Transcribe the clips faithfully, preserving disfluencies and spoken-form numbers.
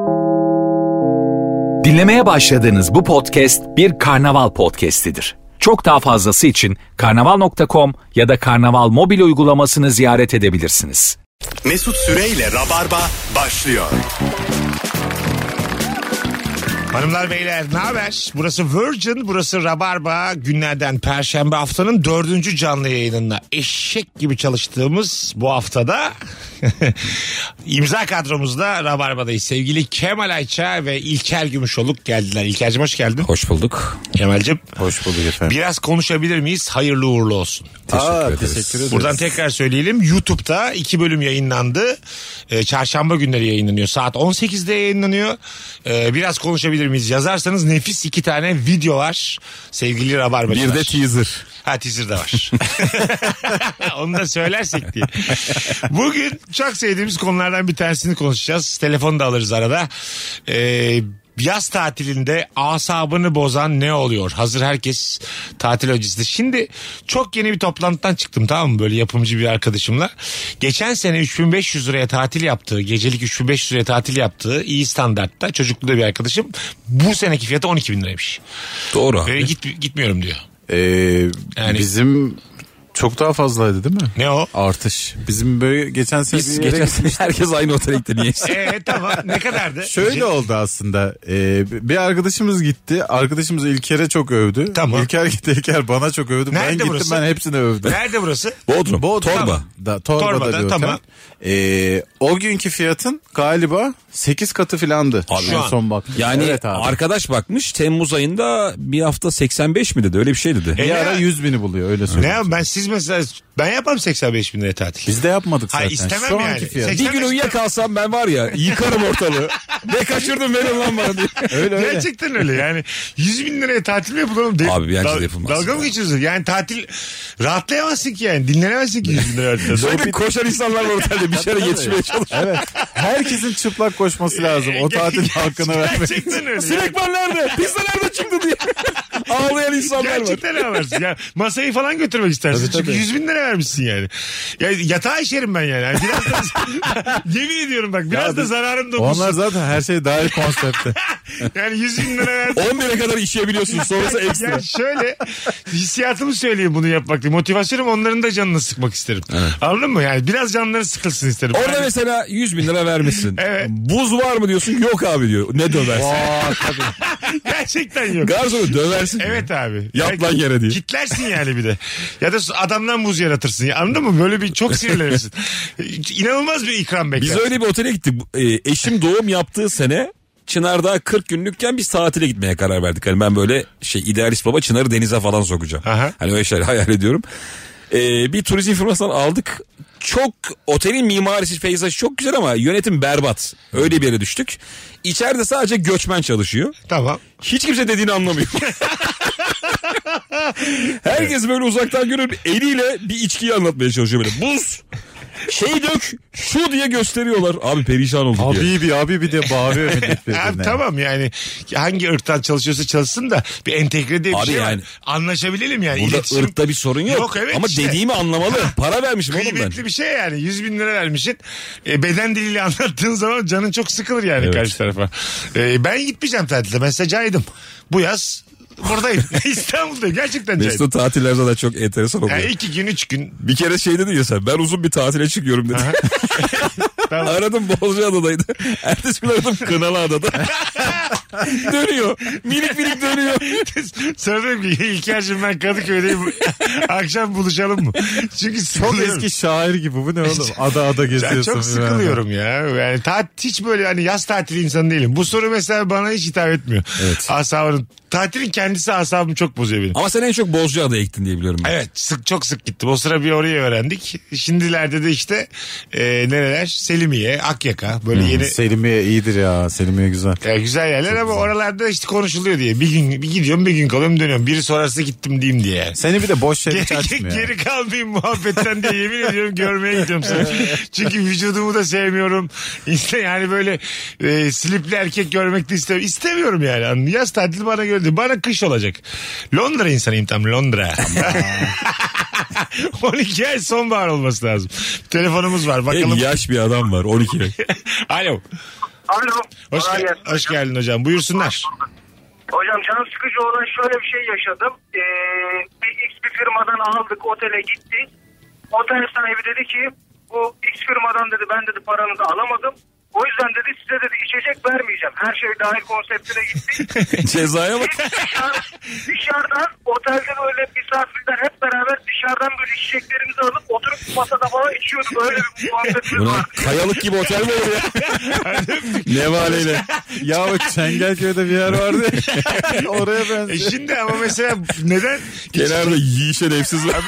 Dinlemeye başladığınız bu podcast bir karnaval podcastidir. Çok daha fazlası için karnaval nokta com ya da karnaval mobil uygulamasını ziyaret edebilirsiniz. Mesut Süreyle Rabarba başlıyor. Hanımlar beyler ne haber? Burası Virgin, burası Rabarba. Günlerden Perşembe, haftanın dördüncü canlı yayınında eşek gibi çalıştığımız bu haftada imza kadromuzda Rabarba'dayız. Sevgili Kemal Ayça ve İlker Gümüşoluk geldiler. İlker'cim hoş geldin. Hoş bulduk. Kemal'cim. Hoş bulduk efendim. Biraz konuşabilir miyiz? Hayırlı uğurlu olsun. Teşekkür Aa, ederiz. teşekkür ederiz. Buradan tekrar söyleyelim. YouTube'da iki bölüm yayınlandı. Ee, çarşamba günleri yayınlanıyor. Saat on sekizde yayınlanıyor. Ee, biraz konuşabilir miyiz? Yazarsanız nefis iki tane video var. Sevgili Rabarbacılar. Bir de teaser. Ha teaser de var. Onu da söylersek diye. Bugün çok sevdiğimiz konulardan bir tanesini konuşacağız. Telefonu da alırız arada. Eee... Yaz tatilinde asabını bozan ne oluyor? Hazır herkes tatil öncesinde. Şimdi çok yeni bir toplantıdan çıktım, tamam mı? Böyle yapımcı bir arkadaşımla. Geçen sene üç bin beş yüz liraya tatil yaptığı, gecelik üç bin beş yüz liraya tatil yaptığı iyi standartta çocuklu da bir arkadaşım. Bu seneki fiyatı on iki bin liraymış. Doğru abi. Ve git, gitmiyorum diyor. Ee, Yani- Bizim çok daha fazlaydı değil mi? Ne o? Artış. Bizim böyle geçen sene Biz bir yere geçen sene herkes aynı otele gitti niyeyse. Eee tamam, ne kadardı? Şöyle oldu aslında. Ee, bir arkadaşımız gitti. Arkadaşımız İlker'e çok övdü. Tamam. İlker gitti. İlker bana çok övdü. Nerede ben gittim burası? ben hepsine övdüm. Nerede burası? Bodrum. Bodrum. Torba. Da, Torba'da, Torba'da, bir otel. tamam. Ee, o günkü fiyatın galiba sekiz katı filandı. Abi en şu an. son baktım. Yani evet abi. arkadaş bakmış Temmuz ayında bir hafta seksen beş mi dedi, öyle bir şey dedi. bir E ara ya- yüz bini buluyor öyle Ne söyleyeyim. ya, ben siz mesela ben yaparım seksen beş bin liraya tatil. Biz de yapmadık Ha, zaten. istemem Şu yani. anki fiyat. seksen Bir gün uyuyakalsam ben var ya yıkarım ortalığı. Ne kaçırdım verin lan bana diye. Öyle öyle. Gerçekten öyle yani. yüz bin liraya tatil mi yapılır? De- Abi bence dal- de yapılmaz. Dalga mı geçiyorsun? Yani tatil rahatlayamazsın ki yani. Dinlenemezsin ki yüz bin liraya. Böyle koşan insanlar var otelde bir şeylere yetişmeye çalışıyor. Evet. Herkesin çıplak koşması lazım. O tatil hakkını vermek. Gerçekten öyle. Sinekman nerede? Pizza nerede çıktı diye. Ağlayan insanlar var. Gerçekten ne varsın? Ya, masayı falan götürmek istersin. Tabii, Çünkü tabii. yüz bin lira vermişsin yani. Ya, yatağa işerim ben yani. yani biraz da, yemin ediyorum bak biraz Ya da biz- zararım dokunsun. Onlar zaten her şey dahil konsepte. Yani yüz bin lira verdim. on bine kadar işeyebiliyorsun, sonrası ekstra. Ya şöyle hissiyatımı söyleyeyim bunu yapmak diye. Motivasyonum onların da canını sıkmak isterim. Anladın mı? Yani biraz canları sıkılsın isterim. Orada Yani- mesela yüz bin lira vermişsin. Evet. Buz var mı diyorsun, yok abi diyor. Ne döversin? Gerçekten yok. Garsonu döversin. Evet abi. Yat lan yere diye. Kitlersin yani bir de. Ya da adamdan buz yaratırsın. Ya, anladın mı? Böyle bir çok sinirlenirsin. İnanılmaz bir ikram bekler. Biz öyle bir otele gittik. Ee, eşim doğum yaptığı sene Çınar'da kırk günlükken biz tatile gitmeye karar verdik. Hani ben böyle şey idealist baba Çınar'ı denize falan sokacağım. Aha. Hani öyle şeyler hayal ediyorum. Ee, bir turizm firmasından aldık. Çok otelin mimarisi, peyzajı çok güzel ama yönetim berbat. Öyle bir yere düştük. İçeride sadece göçmen çalışıyor. Tamam. Hiç kimse dediğini anlamıyor. Herkes böyle uzaktan görüyor, eliyle bir içkiyi anlatmaya çalışıyor böyle. Buz, şey dök, şu diye gösteriyorlar. Abi perişan olduk ya. Abi bir abi bir de bağırıyor millet birbirine. Abi tamam yani hangi ırktan çalışıyorsa çalışsın da bir entegre diye bir Abi şey var. yani- Anlaşabilelim yani. Burada İletişim- ırkta bir sorun yok. Yok, evet ama işte. dediğimi anlamalı. Para vermişim oğlum ben. Kıymetli bir şey yani. yüz bin lira vermişsin. E, beden diliyle anlattığın zaman canın çok sıkılır yani Evet. karşı tarafa. E, ben gitmeyeceğim tatilde. Ben size caydım. Bu yaz buradayım. İstanbul'dayım. Gerçekten caydım. Mesut tatillerde de çok enteresan oluyor. Yani iki gün üç gün. Bir kere şey dedin ya sen, ben uzun bir tatile çıkıyorum dedi. Tamam. Aradım Bozcaada'daydı. Ertesi gün aradım Kınalıada'da. Dönüyor. Minik minik dönüyor. Sonra dedim ki İlker'cim ben Kadıköy'deyim. Akşam buluşalım mı? Çünkü Çok sıkılıyorum. eski şair gibi bu ne oğlum? Ada ada Ben geziyorsun. çok sıkılıyorum ya. Yani tat, hiç böyle hani yaz tatili insanı değilim. Bu soru mesela bana hiç hitap etmiyor. Evet. Asabının, tatilin kendisi asabımı çok bozuyor benim. Ama sen en çok Bozcaada'ya gittin diye biliyorum ben. Evet sık çok sık gittim. O sıra bir orayı öğrendik. Şimdilerde de işte e, nereler? Selimiye, Akyaka böyle yeni Selimiye iyidir ya. Selimiye güzel. e, güzel yerler ama oralarda işte konuşuluyor diye. Bir gün bir gidiyorum bir gün kalıyorum dönüyorum. Biri sorarsa gittim diyeyim diye yani. Seni bir de boş şey hiç Geri, açmıyor. geri kalmayayım muhabbetten diye yemin ediyorum görmeye gidiyorum seni. Çünkü vücudumu da sevmiyorum. İşte yani böyle e, slipli erkek görmek de istemiyorum. İstemiyorum yani. Yaz tatili bana göre değil. Bana kış olacak. Londra insanıyım tam Londra. on iki ay sonbahar olması lazım. Telefonumuz var bakalım. En yaş bir adam var on iki. Alo. Alo. Hoş, Kolay gel- gelsin. hoş geldin hocam. Buyursunlar. Hocam can sıkıcı olan şöyle bir şey yaşadım. Ee, bir X bir firmadan aldık, otele gittik. Otel sahibi dedi ki bu X firmadan dedi ben dedi paranızı alamadım. O yüzden dedi size dedi içecek vermeyeceğim. Her şey dahil konseptine gittik. Cezaya bak. Biz dışarı, dışarıdan otelde böyle misafirler hep beraber dışarıdan böyle içeceklerimizi alıp oturup masada falan içiyorduk. Öyle bir konseptimiz Buna var. kayalık gibi otel mi olur ya? Nevaleyle. Ya bak Çengelköy'de bir yer vardı. Oraya E benziyor. şimdi ama mesela neden? Kenarda yiyişen evsiz var.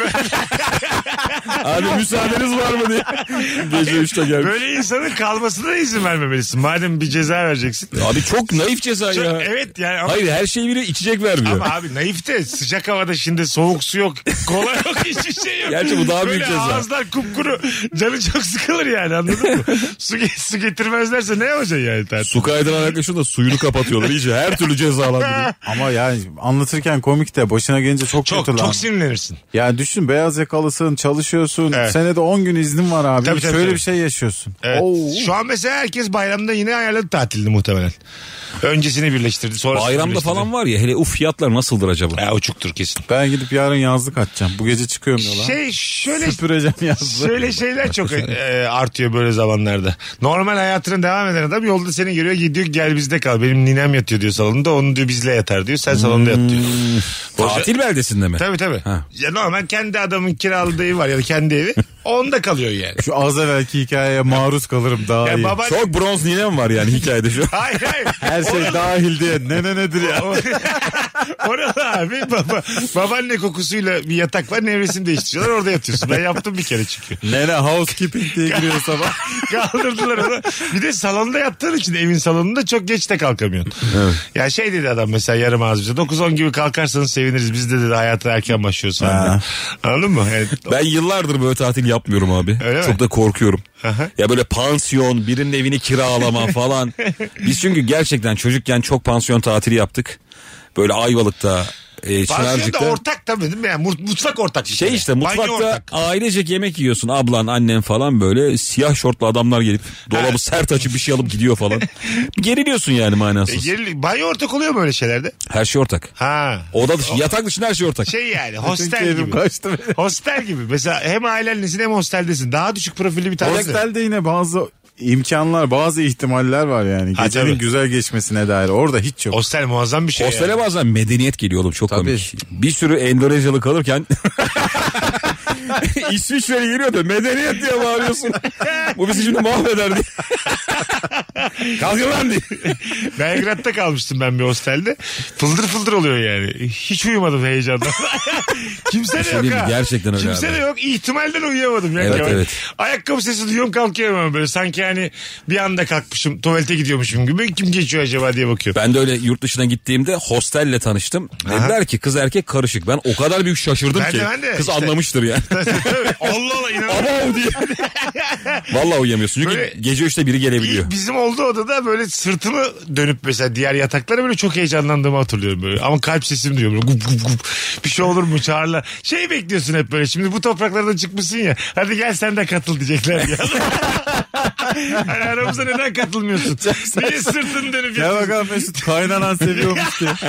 Abi müsaadeniz var mı diye. Gece üçte gelmiş. Böyle insanın kalmasına izin vermemelisin. Madem bir ceza vereceksin. Abi çok naif ceza Çok- ya. evet yani ama, Hayır her şeyi biri içecek vermiyor. ama abi naif de sıcak havada şimdi soğuk su yok. Kola yok, hiçbir şey yok. Gerçi bu daha büyük Böyle ceza. ağızlar kupkuru. Canı çok sıkılır yani, anladın mı? su, su getirmezlerse ne yapacaksın yani? tatil? Su kaydıran arkadaşın da suyunu kapatıyorlar. İyice her türlü cezalandırıyor. Ama yani anlatırken komik de başına gelince çok, Çok kötü lan. çok sinirlenirsin. Ya düşün, beyaz yakalısın, çalışıyorsun. Evet. Senede on gün iznin var abi. Tabii, tabii, Şöyle tabii. bir şey yaşıyorsun. Evet. Oo. Şu an mesela herkes bayramda yine ayarladı tatilini muhtemelen. Öncesini birleştirdi, sonrasını Bayramda birleştirdi. falan var ya, hele uf fiyatlar nasıldır acaba? Ya uçuktur kesin. Ben gidip yarın yazlık atacağım. Bu gece çıkıyorum yola. Şey şöyle Süpüreceğim yazlığı. Şöyle şeyler çok e, artıyor böyle zamanlarda. Normal hayatına devam eden adam yolda seni görüyor, gidiyor gel bizde kal. Benim ninem yatıyor diyor salonda, onu diyor bizle yatar diyor. Sen salonda yat diyor. Boşa- Tatil beldesinde mi? Tabii tabii. Ha. Ya normal kendi adamın kiraladığı evi var ya da kendi evi. Onda kalıyor yani. Şu az evvelki hikayeye maruz kalırım daha Ya iyi. baba... Çok bronz ninem var yani hikayede şu. Hayır hayır. Her şey dahil diye ne ne nedir ya. Orada abi baba, babaanne kokusuyla bir yatak var, nevresini değiştiriyorlar, orada yatıyorsun. Ben yaptım bir kere çünkü. Nene housekeeping diye giriyor sabah. Kaldırdılar onu. Bir de salonda yattığın için evin salonunda çok geç de kalkamıyorsun. Evet. Ya şey dedi adam mesela yarım ağız bize. dokuz on gibi kalkarsanız seviniriz. Biz de dedi hayata erken başlıyoruz falan. Anladın mı? Yani, Ben yıllardır böyle tatil yapmıyorum abi. Öyle Çok mi? da korkuyorum. Aha. Ya böyle pansiyon, birinin evini kiralama falan. Biz çünkü gerçekten çocukken çok pansiyon tatili yaptık. Böyle Ayvalık'ta, e, pansiyonda Çınarcık'ta. ortak tabii değil mi? Yani mut- mutfak ortak. bir Şey kere. işte Banyo mutfakta ortak. ailecek yemek yiyorsun. Ablan, annen falan böyle siyah şortlu adamlar gelip dolabı sert açıp bir şey alıp gidiyor falan. Geriliyorsun yani E, manasız. geri- banyo ortak oluyor mu öyle şeylerde? Her şey ortak. Ha. Oda dışı, yatak dışında her şey ortak. Şey yani hostel Keyfim gibi. kaçtı benim. Hostel gibi. Mesela hem ailenlesin hem hosteldesin. Daha düşük profilli bir tatil. Hostelde yine bazı imkanlar, bazı ihtimaller var yani. Ha, Gecenin tabii. güzel geçmesine dair. Orada hiç yok. Hostel muazzam bir şey. Hostele ya. bazen medeniyet geliyor oğlum, çok Tabii. komik. Bir sürü Endonezyalı kalırken İsviçre'ye giriyor da medeniyet diye bağırıyorsun. Bu bizi şimdi mahveder diye. Kalkın lan diye. Belgrad'da kalmıştım ben bir hostelde. Fıldır fıldır oluyor yani. Hiç uyumadım heyecandan. Kimse de şey yok diyeyim mi? ha. Gerçekten öyle Kimse abi. de yok. İhtimalden uyuyamadım. Ya Evet, Kemal. evet. Ayakkabı sesi duyuyorum kalkıyorum hemen böyle. Sanki hani bir anda kalkmışım tuvalete gidiyormuşum gibi. Kim geçiyor acaba diye bakıyorum. Ben de öyle yurt dışına gittiğimde hostelle tanıştım. Dediler ki kız erkek karışık. Ben o kadar büyük şaşırdım Ben ki. de, ben de. Kız İşte- anlamıştır yani. Allah Allah inanamıyorum. Ama o diye. Vallahi uyuyamıyorsun. Çünkü Böyle- gece üçte biri gelebiliyor. İlk bizim olduğu odada böyle sırtımı dönüp mesela diğer yataklara böyle çok heyecanlandığımı hatırlıyorum böyle. Ama kalp sesimi duyuyorum. Böyle gup gup gup. Bir şey olur mu çağırlar. Şey bekliyorsun hep böyle. Şimdi bu topraklardan çıkmışsın ya. Hadi gel sen de katıl diyecekler diye. Hani aramıza neden katılmıyorsun? Niye sırtını dönüp Ya yatıyorsun? bakalım Mesut kaynanan seviyormuş diye.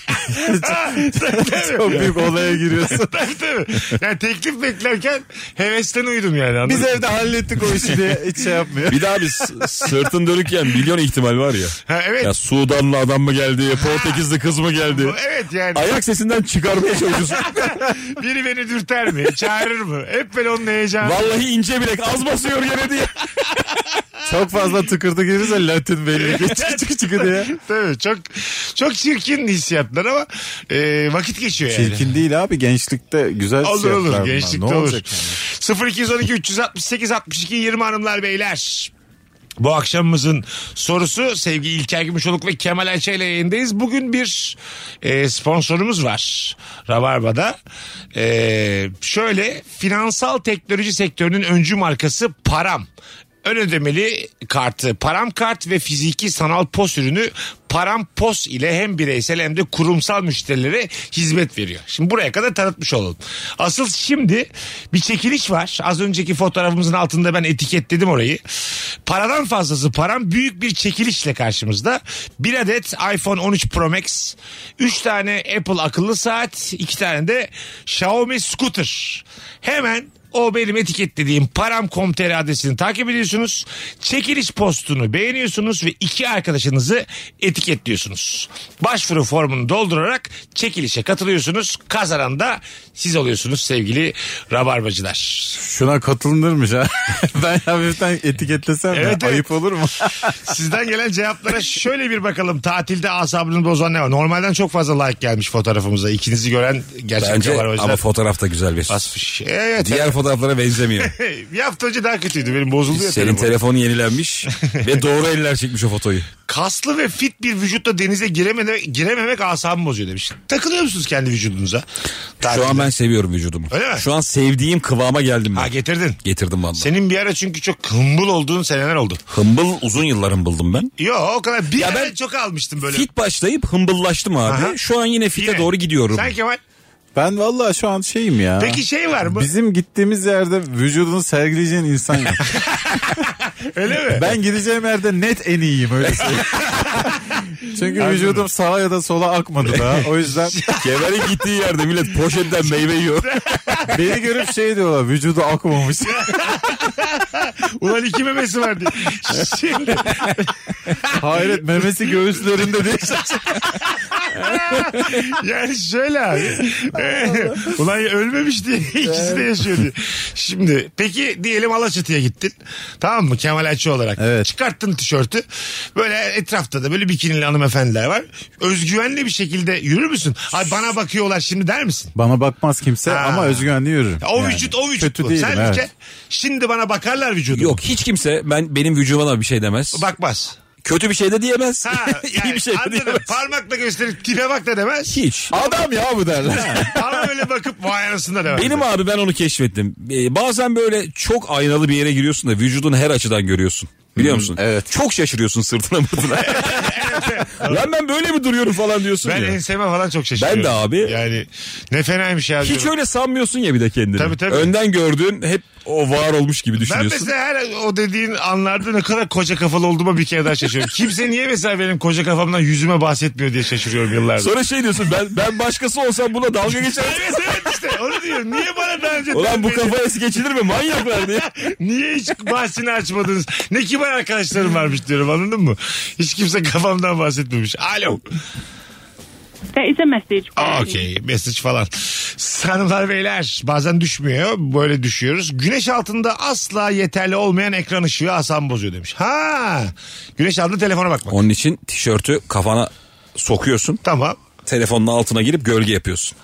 Çok büyük olaya giriyorsun. Tabii tabii. Yani teklif beklerken hevesten uyudum yani. anladın Biz mı? evde hallettik o işi diye hiç şey yapmıyor. Bir daha biz sırtın dönükken milyon ihtimal var ya. Ha, evet. Ya Sudanlı adam mı geldi, Portekizli kız mı geldi? Evet yani. Ayak sesinden çıkarmaya çalışıyorsun. Biri beni dürter mi? Çağırır mı? Hep böyle onun heyecanı. Vallahi ince bilek az basıyor gene diye. Çok fazla tıkırdı gelirse Latin belli ki çıkı çıkı çıkı diye. Tabii çok çok çirkin hissiyatlar ama e, vakit geçiyor yani. Çirkin değil abi, gençlikte güzel Olur hissiyatlar olur bunlar. gençlikte Ne olur. olacak yani? sıfır iki on iki üç altı sekiz altmış iki yirmi hanımlar beyler. Bu akşamımızın sorusu sevgili İlker Gümüşoluk ve Kemal Ayça ile yayındayız. Bugün bir e, sponsorumuz var Rabarba'da. E, şöyle finansal teknoloji sektörünün öncü markası Param. Ön ödemeli kartı Param Kart ve fiziki sanal pos ürünü Parampos ile hem bireysel hem de kurumsal müşterilere hizmet veriyor. Şimdi buraya kadar tanıtmış olalım. Asıl şimdi bir çekiliş var. Az önceki fotoğrafımızın altında ben etiketledim orayı. Paradan fazlası param büyük bir çekilişle karşımızda. Bir adet iPhone on üç Pro Max, üç tane Apple akıllı saat, iki tane de Xiaomi Scooter. Hemen o benim etiketlediğim param nokta com nokta tr adresini takip ediyorsunuz. Çekiliş postunu beğeniyorsunuz ve iki arkadaşınızı etiketliyorsunuz. Başvuru formunu doldurarak çekilişe katılıyorsunuz. Kazanan da siz oluyorsunuz sevgili rabarbacılar. Şuna katılınırmış ha. Ben hafiften etiketlesem Evet, mi? evet. Ayıp olur mu? Sizden gelen cevaplara şöyle bir bakalım. Tatilde asabını bozan ne var? Normalden çok fazla like gelmiş fotoğrafımıza. İkinizi gören gerçek Bence rabarbacılar ama fotoğraf da güzel bir. basmış. Evet. Diğer fotoğraflara benzemiyor. Bir hafta önce daha kötüydü. Benim bozuldu ya Senin telefon. telefon yenilenmiş ve doğru eller çekmiş o fotoyu. Kaslı ve fit bir vücutla denize giremene, girememek asabımı bozuyor demiş. Takılıyor musunuz kendi vücudunuza? Şu an ben seviyorum vücudumu. Öyle mi? Şu an sevdiğim kıvama geldim ben. Ha, getirdin. Getirdim valla. Senin bir ara çünkü çok hımbıl olduğun seneler oldu. Hımbıl uzun yıllar hımbıldım ben. Yok o kadar. Bir Ya ara ben çok almıştım böyle. Fit başlayıp hımbıllaştım abi. Aha. Şu an yine fite Yine. doğru gidiyorum. Sen Kemal. Ben vallahi şu an şeyim ya. Peki şey var mı? Bizim gittiğimiz yerde vücudunu sergileyeceğin insan yok. Öyle mi? Ben gideceğim yerde net en iyiyim öyle söyleyeyim. Çünkü vücudum sağa ya da sola akmadı daha. O yüzden Kemal'in gittiği yerde millet poşetten meyve yiyor. beni görüp şey diyorlar, vücudu akmamış. Ulan iki memesi var diye. Şimdi Hayret, memesi göğüslerinde değil. yani şöyle abi. Ulan ölmemiş diye ikisi de yaşıyor diye. Şimdi peki diyelim Alaçatı'ya gittin. Tamam mı Kemal Ayçi olarak. Evet. Çıkarttın tişörtü. Böyle etrafta da böyle bikinili hanımefendiler var. Özgüvenli bir şekilde yürür müsün? Ay bana bakıyorlar şimdi der misin? Bana bakmaz kimse Ha. ama özgüvenli yürürüm. O Yani. vücut o vücut Kötü bu. değilim, Sen evet. ülke, şimdi bana bakarlar vücuduma. Yok hiç kimse ben benim vücuduma da bir şey demez. Bakmaz. Kötü bir şey de diyemez. Ha, İyi yani bir şey de anladım. diyemez. Parmakla gösterip tipe bak da demez. Hiç. Adam ya bu derler. Ama öyle bakıp vay anasında demez. Benim abi ben onu keşfettim. Ee, bazen böyle çok aynalı bir yere giriyorsun da vücudunu her açıdan görüyorsun. Biliyor musun? evet. Çok şaşırıyorsun sırtına mırtına. Lan ben böyle mi duruyorum falan diyorsun Ben ya. enseme falan çok şaşırıyorum. Ben de abi. Yani ne fenaymış ya. Hiç diyorum. öyle sanmıyorsun ya bir de kendini. Tabii, tabii. Önden gördüğün hep o var olmuş gibi Ben düşünüyorsun. mesela her o dediğin anlarda ne kadar koca kafalı olduğuma bir kere daha şaşırıyorum. Kimse niye mesela benim koca kafamdan yüzüme bahsetmiyor diye şaşırıyorum yıllardır. Sonra şey diyorsun ben ben başkası olsam buna dalga geçerim. Evet evet işte onu diyorum. Niye bana daha önce Ulan bu demedin? kafaya geçilir mi manyaklar diye. Niye hiç bahsini açmadınız? Ne kibar arkadaşlarım varmış diyorum, anladın mı? Hiç kimse kafamdan bahsetmemiş. Alo. There is a message. Aa, okey. Mesaj falan. Hanımlar beyler, bazen düşmüyor. Böyle düşüyoruz. Güneş altında asla yeterli olmayan ekran ışığı asam bozuyor demiş. Ha. Güneş altında telefona bakmak. Onun için tişörtü kafana sokuyorsun. Tamam. Telefonun altına girip gölge yapıyorsun.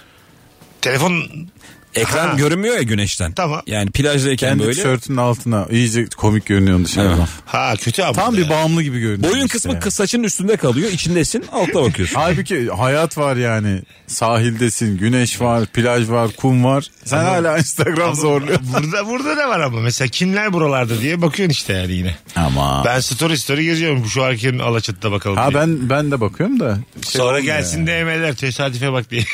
Telefon Ekran Ha. görünmüyor ya güneşten. Tamam. Yani plajdayken Kendi böyle. tişörtünün altına iyice komik görünüyorsun dışarıdan. Evet. ha kötü abi. Tam bu bir ya. bağımlı gibi görünüyor. Boyun işte kısmı yani. kız saçının üstünde kalıyor. İçindesin altta bakıyorsun. Halbuki hayat var yani. Sahildesin, güneş var, plaj var, kum var. Sen hala Instagram zorluyorsun. Burada burada ne var ama mesela kimler buralarda diye bakıyorsun işte yani yine. Ama. Ben story story geziyorum şu erkeğin Alaçatı'da bakalım Ha diye. ben ben de bakıyorum da. Şey Sonra olmuyor gelsin yani. de emeller tesadüfe bak diye.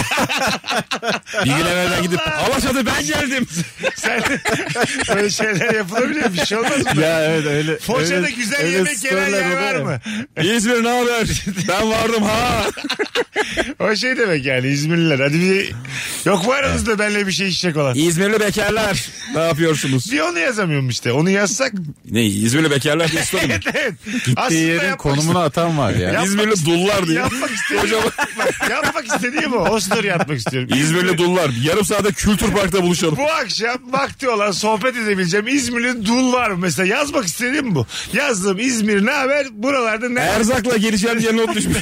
Bir gün evvelden gidip Alaçatı ben geldim. Sen böyle şeyler yapılabiliyor, bir şey olmaz mı? Ya evet öyle. Foça'da öyle- güzel öyle yemek yenen storyler yer var oluyor. mı? İzmir ne haber? Ben vardım ha. O şey demek yani İzmirliler. Hadi bir yok mu aranızda benimle bir şey içecek olan? İzmirli bekarlar. Ne yapıyorsunuz? Bir onu yazamıyorum işte. Onu yazsak. Ne İzmirli bekarlar diye story mi? Evet evet. Gittiği yerin konumunu atan var ya. Yapmak İzmirli dullar diye. Yapmak istediğim, bak, yapmak istediğim o. O story atmak istiyorum. İzmirli dullar. Yarım saatte Kültür Park'ta buluşalım. Bu akşam vakti olan sohbet edebileceğim İzmir'in dul var mı? Mesela yazmak istediğim bu. Yazdım İzmir ne haber? Buralarda ne? Erzakla geleceğim diye not düşmüş.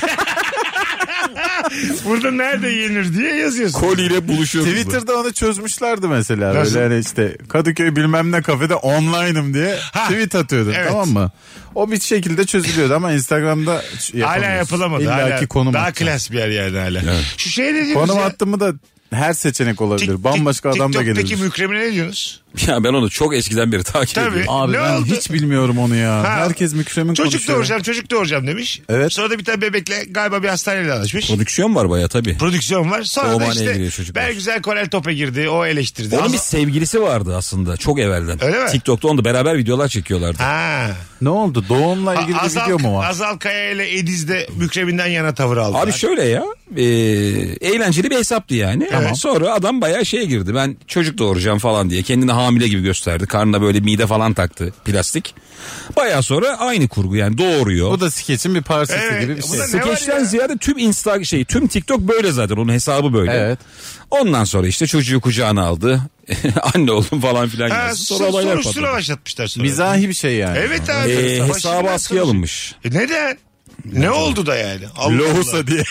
Burada nerede yenir diye yazıyorsun. Koliyle buluşuyoruz. Twitter'da onu çözmüşlerdi mesela. Nasıl? Böyle hani işte Kadıköy bilmem ne kafede online'ım diye Ha, tweet atıyordun, evet. tamam mı? O bir şekilde çözülüyordu ama Instagram'da Hala yapamıyorsun. yapılamadı. İlla Hala ki konum daha atacaksın. klas bir yer yani hala. Şu şey dediğimiz Konum ya, attın mı da her seçenek olabilir. Tik- Bambaşka tik- adam da TikTok'taki gelebilir. mükremine ne diyorsunuz? Ya ben onu çok eskiden beri takip Tabii. ediyorum. Abi Ne ben oldu? hiç bilmiyorum onu ya. Ha. Herkes Mükremin Çocuk konuşuyor. doğuracağım çocuk doğuracağım demiş. Evet. Sonra da bir tane bebekle galiba bir hastaneyle anlaşmış. Prodüksiyon var baya tabii. Prodüksiyon var. Sonra da Doğumhaneye giriyor işte çocuklar. Bergüzel Korel Top'a girdi. O eleştirdi. Onun Az- bir sevgilisi vardı aslında çok evvelden. Öyle mi? TikTok'ta onu da beraber videolar çekiyorlardı. Ha. Ne oldu? Doğumla ilgili bir Azal, video mu var? Azal Kaya ile Ediz de Mükremin'den yana tavır aldı. Abi şöyle ya e, eğlenceli bir hesaptı yani. Ama sonra adam bayağı şeye girdi. Ben çocuk doğuracağım falan diye kendini hamile gibi gösterdi. Karnına böyle mide falan taktı plastik. Bayağı sonra aynı kurgu yani doğuruyor. Bu da skeçin bir parçası Evet, gibi bir bu şey. da ne var Skeçten ya? ziyade tüm Insta şey tüm TikTok böyle zaten onun hesabı böyle. Evet. Ondan sonra işte çocuğu kucağına aldı. Anne oldum falan filan Ha, yazdı. Sonra sonra olaylar soruşturma patladı. başlatmışlar sonra. Mizahi bir şey yani. Evet abi. Ee, Başından hesabı askıya sonra- alınmış. E neden? Ne oldu da yani? Allah Allah. Lohusa diye.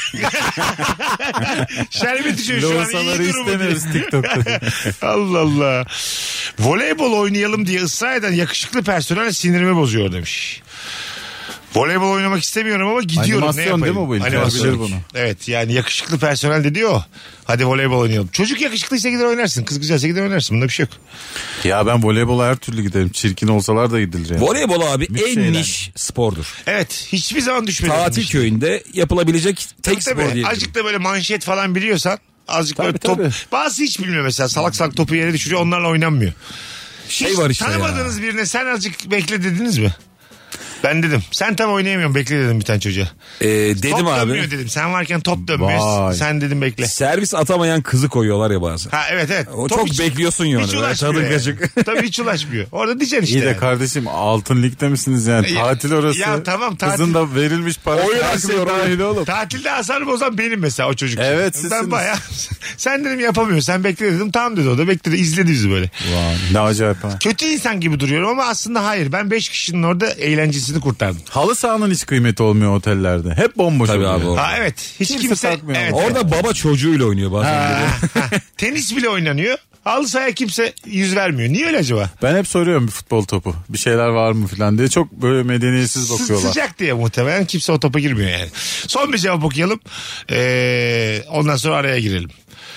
Şerbeti şu şu an iyi Lohusaları durumu istemiyoruz diye. TikTok'ta. Allah Allah. Voleybol oynayalım diye ısrar eden yakışıklı personel sinirimi bozuyor demiş. Voleybol oynamak istemiyorum ama gidiyorum. Animasyon ne yapayım? değil mi bu? İlker Animasyon. bilir bunu. Evet yani yakışıklı personel de diyor. Hadi voleybol oynayalım. Çocuk yakışıklıysa gider oynarsın. Kız güzelse gider oynarsın. Bunda bir şey yok. Ya ben voleybola her türlü giderim. Çirkin olsalar da gidilir yani. Voleybol abi Müthiş en eğlence. niş spordur. Evet. Hiçbir zaman düşmedim. Tatil işte. köyünde yapılabilecek tek spor Tabii, diyebilirim. azıcık da böyle manşet falan biliyorsan azıcık Tabii, böyle top. tabii. Bazı hiç bilmiyor mesela salak salak topu yere düşürüyor onlarla oynanmıyor. Şey Hiç var işte tanımadığınız ya. birine sen azıcık bekle dediniz mi? Ben dedim. Sen tam oynayamıyorsun bekle dedim bir tane çocuğa. Ee, dedim top abi. dönmüyor dedim. Sen varken top dönmüyor. Vay. Sen dedim bekle. Servis atamayan kızı koyuyorlar ya bazen. Ha evet evet. O Top çok hiç- bekliyorsun ya onu. Hiç Böyle ulaşmıyor. tadın yani. kaçık. Tabii hiç ulaşmıyor. Orada diyeceksin işte. İyi de yani. kardeşim altın ligde misiniz yani? Ya- Tatil orası. ya tamam, tatil. Kızın da verilmiş para. Oyun Her şey aksıyor, dahil oğlum. Tatilde hasar bozan benim mesela o çocuk. Evet, Ben sizsiniz. bayağı sen dedim yapamıyorsun sen bekle dedim tamam dedi o da bekledi izledi bizi böyle. Vay, ne acayip ha. Kötü insan gibi duruyorum ama aslında hayır ben beş kişinin orada eğlencesini kurtardım. Halı sahanın hiç kıymeti olmuyor otellerde. Hep bomboş Tabii oluyor. abi o. Ha evet hiç Kimse kimse, takmıyor evet, ama. Orada baba çocuğuyla oynuyor bazen. Ha, ha. Tenis bile oynanıyor. Halı sahaya kimse yüz vermiyor. Niye öyle acaba? Ben hep soruyorum bir futbol topu. Bir şeyler var mı falan diye. Çok böyle medeniyetsiz Sı- bakıyorlar. Sıcak diye muhtemelen kimse o topa girmiyor yani. Son bir cevap okuyalım. Ee, ondan sonra araya girelim.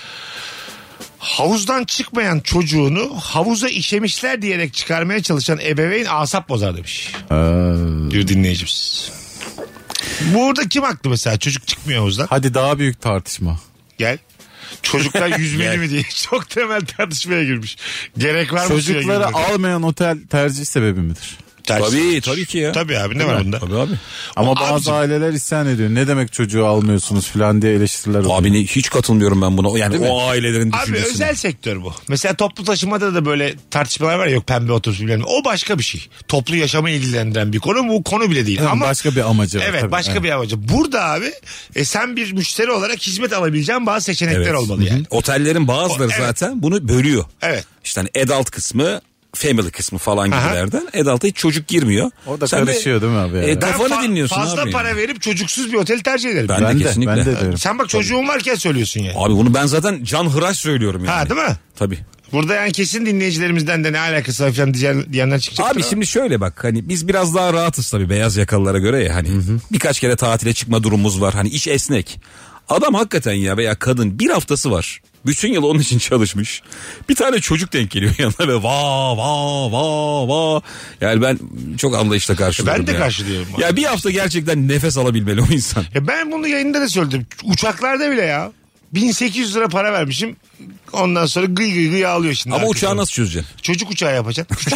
Havuzdan çıkmayan çocuğunu havuza işemişler diyerek çıkarmaya çalışan ebeveyn asap bozar demiş. Diyor dinleyicimiz. Burada kim haklı mesela? Çocuk çıkmıyor havuzdan. Hadi daha büyük tartışma. Gel. Çocuklar yüzmeli mi diye çok temel tartışmaya girmiş. Gerek var mı? suya Çocukları girmeye? almayan otel tercih sebebi midir? Ters. Tabii tabii ki ya. Tabii abi ne var bunda? Tabii abi. Ama O bazı abicim- aileler isyan ediyor. Ne demek çocuğu almıyorsunuz falan diye eleştiriler oluyor. Abi ne, hiç katılmıyorum ben buna. Yani o ailelerin Abi düşüncesine. özel sektör bu. Mesela toplu taşımada da böyle tartışmalar var ya yok pembe otobüs bilmem ne. O başka bir şey. Toplu yaşamı ilgilendiren bir konu bu konu bile değil. Evet, Ama başka bir amacı var. evet tabii. başka Evet. bir amacı. Burada abi e, sen bir müşteri olarak hizmet alabileceğin bazı seçenekler Evet. olmalı yani. Otellerin bazıları O- evet. zaten bunu bölüyor. Evet. İşte hani adult kısmı, family kısmı falan Aha. gibilerden. Adult'a hiç çocuk girmiyor. O da Sen de, karışıyor değil mi abi? E, yani? Ben kafanı fa- dinliyorsun fazla abi. para verip çocuksuz bir otel tercih ederim. Ben, Ben de de, kesinlikle. ben de derim. Sen bak çocuğun varken söylüyorsun yani. Abi bunu ben zaten can hıraş söylüyorum yani. Ha değil mi? Tabii. Burada yani kesin dinleyicilerimizden de ne alakası var falan diyen- diyenler çıkacak. Abi şimdi şöyle bak hani biz biraz daha rahatız tabii beyaz yakalılara göre ya hani birkaç kere tatile çıkma durumumuz var hani iş esnek. Adam hakikaten ya veya kadın bir haftası var. Bütün yıl onun için çalışmış. Bir tane çocuk denk geliyor yanına ve va va va va. Yani ben çok anlayışla karşılıyorum. Ben de ya. karşılıyorum. Ya bir hafta gerçekten nefes alabilmeli o insan. Ya ben bunu yayında da söyledim. Uçaklarda bile ya. bin sekiz yüz lira para vermişim. Ondan sonra gıy gıy gıy ağlıyor şimdi. Ama herkes. uçağı nasıl çözeceksin? Çocuk uçağı yapacaksın. Küçük-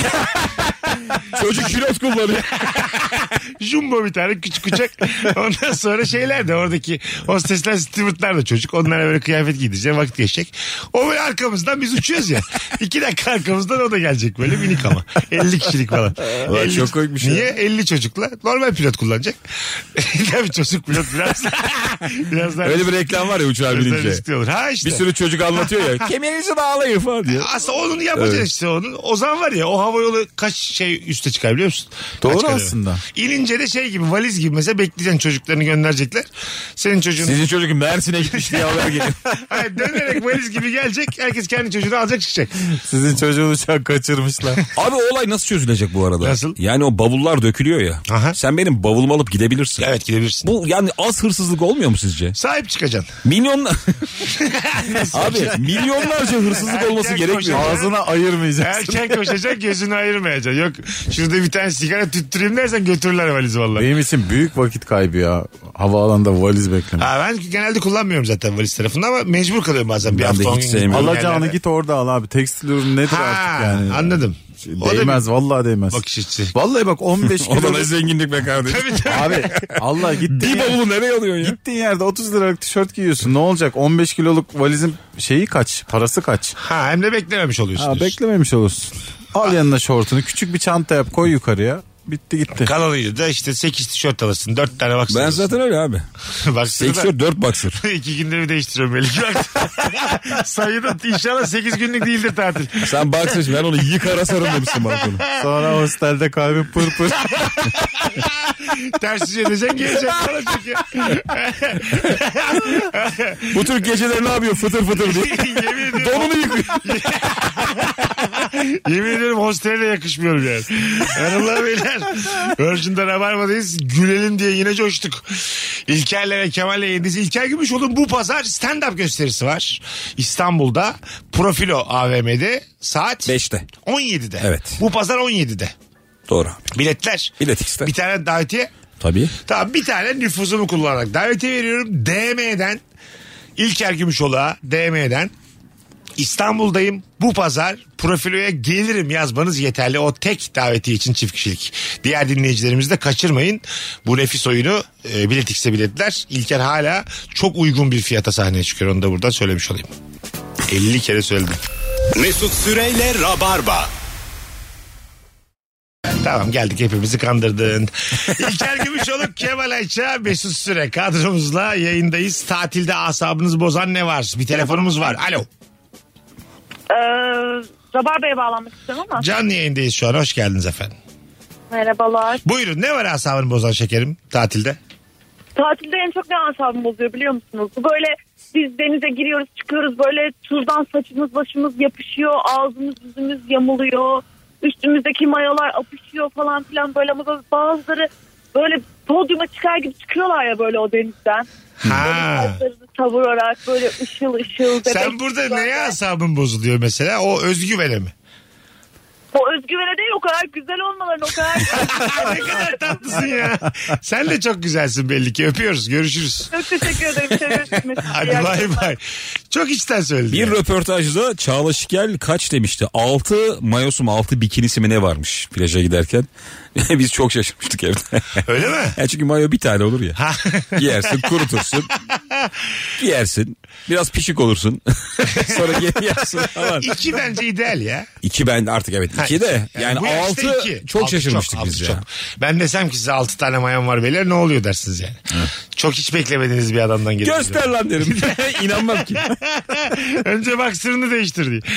Çocuk pilot kullanıyor. Jumbo bir tane küçük uçak. Ondan sonra şeyler de oradaki hostesler, stewardlar da çocuk. Onlara böyle kıyafet giydireceksin, vakit geçecek. O böyle arkamızdan biz uçuyoruz ya. İki dakika arkamızdan o da gelecek böyle minik ama. elli kişilik falan. elli çok koymuş ya. Niye? elli çocukla normal pilot kullanacak. Tabii çocuk pilot biraz biraz daha Öyle bir reklam var ya uçağa biraz daha binince. riskli olur. Ha işte. Bir sürü çocuk anlatıyor ya. Kemerinizi bağlayın falan diye. Aslında onu yapacaksın Evet. işte onu. O zaman var ya o hava yolu kaç şey üste çıkar biliyor musun? Doğru Kaç kademe. aslında. İnince de şey gibi valiz gibi mesela bekleyeceksin çocuklarını gönderecekler. Senin çocuğun Sizin çocuk Mersin'e gitmiş diye haber geliyor. Hayır, dönerek valiz gibi gelecek. Herkes kendi çocuğunu alacak çıkacak. Sizin çocuğu uçak kaçırmışlar. Abi o olay nasıl çözülecek bu arada? Nasıl? Yani o bavullar dökülüyor ya. Aha. Sen benim bavulumu alıp gidebilirsin. Evet gidebilirsin. Bu yani az hırsızlık olmuyor mu sizce? Sahip çıkacaksın. Milyon... Abi milyon milyonlarca hırsızlık olması Erken gerekmiyor. koşan- Ağzına ayırmayacaksın. Erken koşacaksın, gözünü ayırmayacaksın. Yok şurada bir tane sigara tüttüreyim dersen götürürler valizi vallahi. Benim için büyük vakit kaybı ya. Havaalanında valiz bekleme. Ha, ben genelde kullanmıyorum zaten valiz tarafında ama mecbur kalıyorum bazen. Bir Ben de hafta on hiç gün sevmiyorum. gittiğim Alacağını yerlerde. git orada al abi. Tekstil ürün nedir Ha, artık yani. anladım. O da Değmez bir vallahi değmez. bakış açısı. Vallahi bak on beş O da kilo. ne zenginlik be kardeşim. Tabii tabii. Abi Allah gittiğin, Bir yer, bavulu nereye alıyorsun ya? gittiğin yerde otuz liralık tişört giyiyorsun. Ne olacak? on beş kiloluk valizin şeyi kaç? Parası kaç? Ha, hem de beklememiş oluyorsun. Ha, beklememiş olursun. Al yanına şortunu. Küçük bir çanta yap. Koy yukarıya. Bitti gitti. Kanalıydı da işte sekiz tişört alırsın. dört tane baksın. Ben zaten öyle abi. Baksana da sekiz dört boxer. iki günde bir değiştiriyorum belki. Sayıda inşallah sekiz günlük değildir tatil. Sen boxer, ben onu yıkara sarım demişsin bana konu. Sonra hostelde kalbin pır pır. Ters yüz edeceksin geleceksin. Olacak ya. Bu tür geceler ne yapıyor fıtır fıtır diye. Yemin ediyorum. Donunu yıkıyor. Yemin ediyorum hostele de yakışmıyorum yani. Hanımlar beyler. Virgin'de Rabarba'dayız. Gülelim diye yine coştuk. İlker'le ve Kemal'le yayındayız. İlker Gümüşoğlu'nun bu pazar stand-up gösterisi var. İstanbul'da Profilo A V M'de saat Beşte. on yedide. Evet. Bu pazar on yedide. Doğru abi. Biletler. Bilet X'te. Bir tane davetiye. Tabii. Tamam, bir tane nüfuzumu kullanarak davetiye veriyorum. D M'den İlker Gümüşoğlu'na D M'den İstanbul'dayım. Bu pazar Profilo'ya gelirim yazmanız yeterli. O tek davetiye için çift kişilik. Diğer dinleyicilerimiz de kaçırmayın. Bu nefis oyunu e, Bilet X'e biletler. İlker hala çok uygun bir fiyata sahneye çıkıyor. Onu da buradan söylemiş olayım. elli kere söyledim. Mesut Süreyle Rabarba. Tamam, geldik, hepimizi kandırdın. İlker Gümüşoğlu, Kemal Ayça, Mesut Süre kadromuzla yayındayız. Tatilde asabınızı bozan ne var? Bir telefonumuz var. Alo. Ee, Rabarba'ya bağlanmak istiyorum ama. Canlı yayındayız şu an. Hoş geldiniz efendim. Merhabalar. Buyurun, ne var asabını bozan şekerim tatilde? Tatilde en çok ne asabımı bozuyor biliyor musunuz? Bu böyle biz denize giriyoruz çıkıyoruz böyle turdan saçımız başımız yapışıyor. Ağzımız yüzümüz yamuluyor. Üstümüzdeki mayolar apışıyor falan filan böyle, ama böyle bazıları böyle podyuma çıkar gibi çıkıyorlar ya böyle o denizden. Ha. Saçlarını savurarak böyle ışıl ışıl. Sen burada neye asabın bozuluyor mesela? O özgüvene mi? O özgüvene değil, o kadar güzel olmaların o kadar. Ne kadar tatlısın ya. Sen de çok güzelsin belli ki. Öpüyoruz. Görüşürüz. Çok teşekkür ederim. Seviyorum. Hadi bay bay. Çok içten söyledin. Bir ya. röportajda Çağla Şikel kaç demişti? altı mayosu mu altı bikinisi mi ne varmış plaja giderken? Biz çok şaşırmıştık evde. Öyle mi? Ya çünkü mayo bir tane olur ya. Giyersin, kurutursun. Giyersin. Biraz pişik olursun. Sonra geri yersin falan. İki bence ideal ya. İki ben artık evet iki de. Yani bu yaşta altı iki. çok Altı şaşırmıştık çok, biz altı ya. çok. Ben desem ki size altı tane mayam var beyler, ne oluyor dersiniz yani. Çok hiç beklemediğiniz bir adamdan geliyor. Göster lan derim. İnanmam ki. Önce bak sırrını değiştir diye.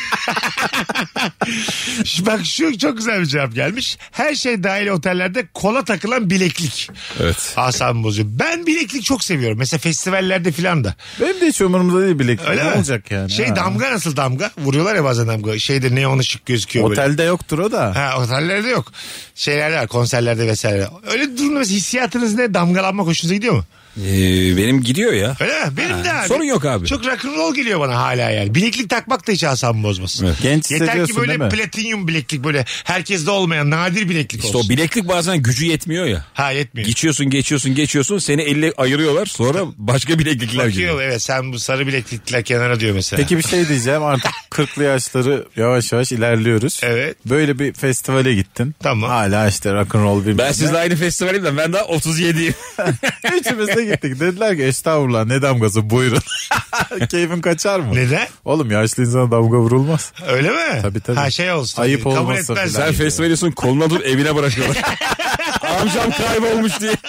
Şu- bak şu çok güzel bir cevap gelmiş. Her şey dahil otellerde kola takılan bileklik. Evet. Asabımı bozuyor. Ben bileklik çok seviyorum. Mesela festivallerde filan da. Benim de hiç umurumda değil bileklik. Öyle Ne mi? olacak yani? Şey Ha. damga nasıl damga? Vuruyorlar ya bazen damga. Şeyde neon ışık gözüküyor böyle. Otelde yoktur o da. Ha, otellerde yok. Şeylerde var, konserlerde vesaire. Öyle durumda mesela hissiyatınız ne? Damgalanmak hoşunuza gidiyor mu? Ee, benim gidiyor ya. Öyle mi? Benim de abi. sorun yok abi. Çok rock'n'roll geliyor bana hala yani. Bileklik takmak da hiç asabımı bozmasın. Evet. Genç Yeter ki hissediyorsun böyle değil mi? platinyum bileklik, böyle herkeste olmayan nadir bileklik İşte olsun. o bileklik bazen gücü yetmiyor ya. Ha, yetmiyor. Geçiyorsun geçiyorsun geçiyorsun seni elle ayırıyorlar sonra başka bileklikler Bakıyor, geliyor. evet, sen bu sarı bileklikler kenara diyor mesela. Peki bir şey diyeceğim, artık kırklı yaşları yavaş yavaş ilerliyoruz. Evet. Böyle bir festivale gittin. Tamam. Hala işte rock'n'roll bir. Ben sizle aynı festivalim de ben daha otuz yediyim. Üçümüz de gittik. Dediler ki estağfurullah ne damgası buyurun. Keyfin kaçar mı? Neden? Oğlum yaşlı insana damga vurulmaz. Öyle mi? Tabii, tabii. Ha, şey olsun. Ayıp Kabul olmasın etmezler. Sen festivaliyorsun koluna dur evine bırakıyorlar. Amcam kaybolmuş diye.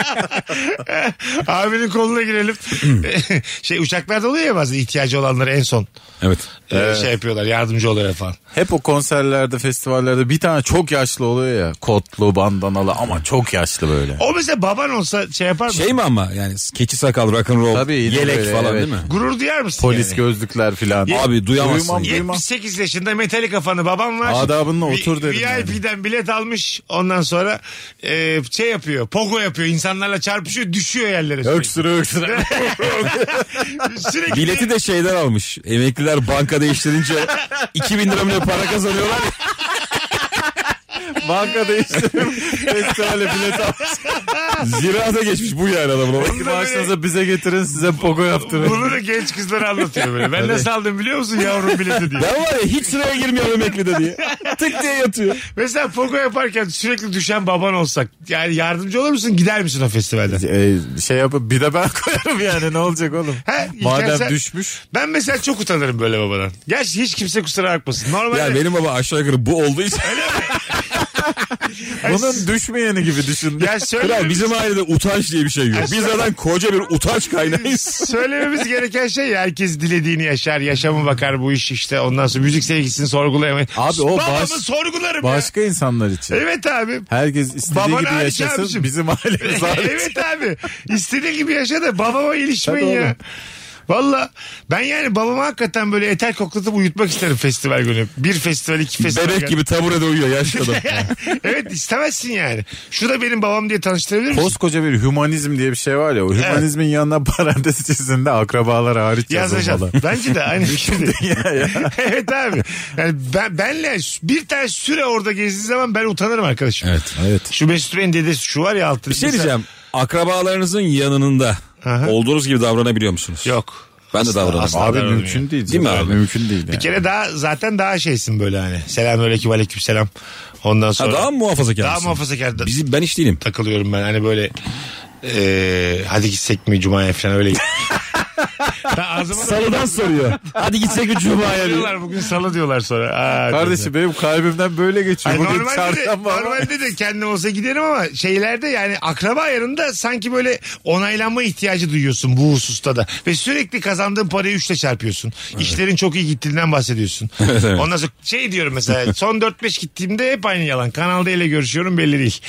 Abinin koluna girelim. Şey, uçaklarda oluyor ya bazen ihtiyacı olanları en son. Evet. Ee, şey yapıyorlar, yardımcı oluyor falan. Hep o konserlerde, festivallerde bir tane çok yaşlı oluyor ya. Kotlu, bandanalı ama çok yaşlı böyle. O mesela baban olsa şey yapar mı? Şey mi ama yani keçi sakal rock'n'roll Tabii, yine yelek böyle, falan evet. değil mi? Gurur duyar mısın? Polis yani? gözlükler filan. Abi duyamazsın. Duymam, ya. duymam. yetmiş sekiz yaşında Metallica fanı babam var. Adabınla Vi- otur dedim V I P'den bilet almış. Ondan sonra e, şey yapıyor. Pogo yapıyor. İnsanlarla çarpışıyor. Düşüyor yerlere. sürekli. Öksüre öksüre. Sürekli. Bileti de şeyden almış. Emekliler banka değiştirince iki bin lira mı ne para kazanıyorlar. Banka değiştirip festivale bilet almış. Ziraata geçmiş bu yani adamın. Bunu da Maaşınızı bize getirin, size pogo yaptırın. Bunu da genç kızlar anlatıyor böyle. Ben nasıl aldım biliyor musun yavrum bileti diye. Ben var ya hiç sıraya girmiyorum emeklide diye. Tık diye yatıyor. Mesela pogo yaparken sürekli düşen baban olsak yani yardımcı olur musun, gider misin o festivalden? Ee, şey yapıp bir de ben koyarım yani, ne olacak oğlum? He, İlker Madem sen- düşmüş. Ben mesela çok utanırım böyle babadan. Gerçi hiç kimse kusura bakmasın. Normalde Ya benim baba aşağı yukarı bu olduğu için. Bunun düşmeyeni gibi düşün. ya Kral söyle, bizim ailede utanç diye bir şey yok. Biz zaten koca bir utanç kaynağıyız. söylememiz gereken şey ya, herkes dilediğini yaşar, yaşamı bakar bu iş işte, ondan sonra müzik sevgisini sorgulayamayın. Abi o Babamı baş- sorgularım Başka insanlar için. ya. Evet abi. Herkes istediği Baban gibi hariç yaşasın. abicim. Bizim ailemiz hariç. Evet abi. İstediği gibi yaşa da babama ilişmeyin Tabii ya. oğlum. Valla ben yani babama hakikaten böyle eter koklatıp uyutmak isterim festival günü. Bir festival, iki festival. Bebek gibi taburede uyuyor yaşlı adam. Evet, istemezsin yani. Şu da benim babam diye tanıştırabilir misin? Koskoca bir hümanizm diye bir şey var ya. O hümanizmin yanına parantez içerisinde akrabalar hariç Yazacağım. yazılmalı. Bence de aynı fikirde. Ya, ya. Evet abi. Yani ben, benle bir tane süre orada gezdiği zaman ben utanırım arkadaşım. Evet. Evet. Şu Mesut Bey'in dedesi şu var ya altında. Bir şey diyeceğim. Akrabalarınızın yanında Aha. olduğunuz gibi davranabiliyor musunuz? Yok. Ben de davranamam. asla Abi davranamıyor. mümkün değil. Değil mi zaten. abi? Mümkün değil. Bir Yani. kere daha zaten daha şeysin böyle hani. Selamünaleyküm, aleykümselam. Ondan Ha, sonra. daha mı muhafazakar Daha mısın? muhafazakar da Bizim, ben hiç değilim. takılıyorum ben. Hani böyle eee hadi gitsek mi Cuma'ya falan öyle. Ben ağzıma da- Salıdan soruyor. Hadi gitsek bir cumaya. diyorlar bugün salı diyorlar sonra. Aa, Kardeşim benim kalbimden böyle geçiyor. Ay, Bugün normalde, de, çarşamba ama. normalde de kendim olsa giderim ama şeylerde yani akraba yanında sanki böyle onaylanma ihtiyacı duyuyorsun bu hususta da. Ve sürekli kazandığın parayı üçle çarpıyorsun. İşlerin çok iyi gittiğinden bahsediyorsun. Evet, evet. Ondan sonra şey diyorum mesela son dört beş gittiğimde hep aynı yalan. Kanal D ile görüşüyorum belli değil.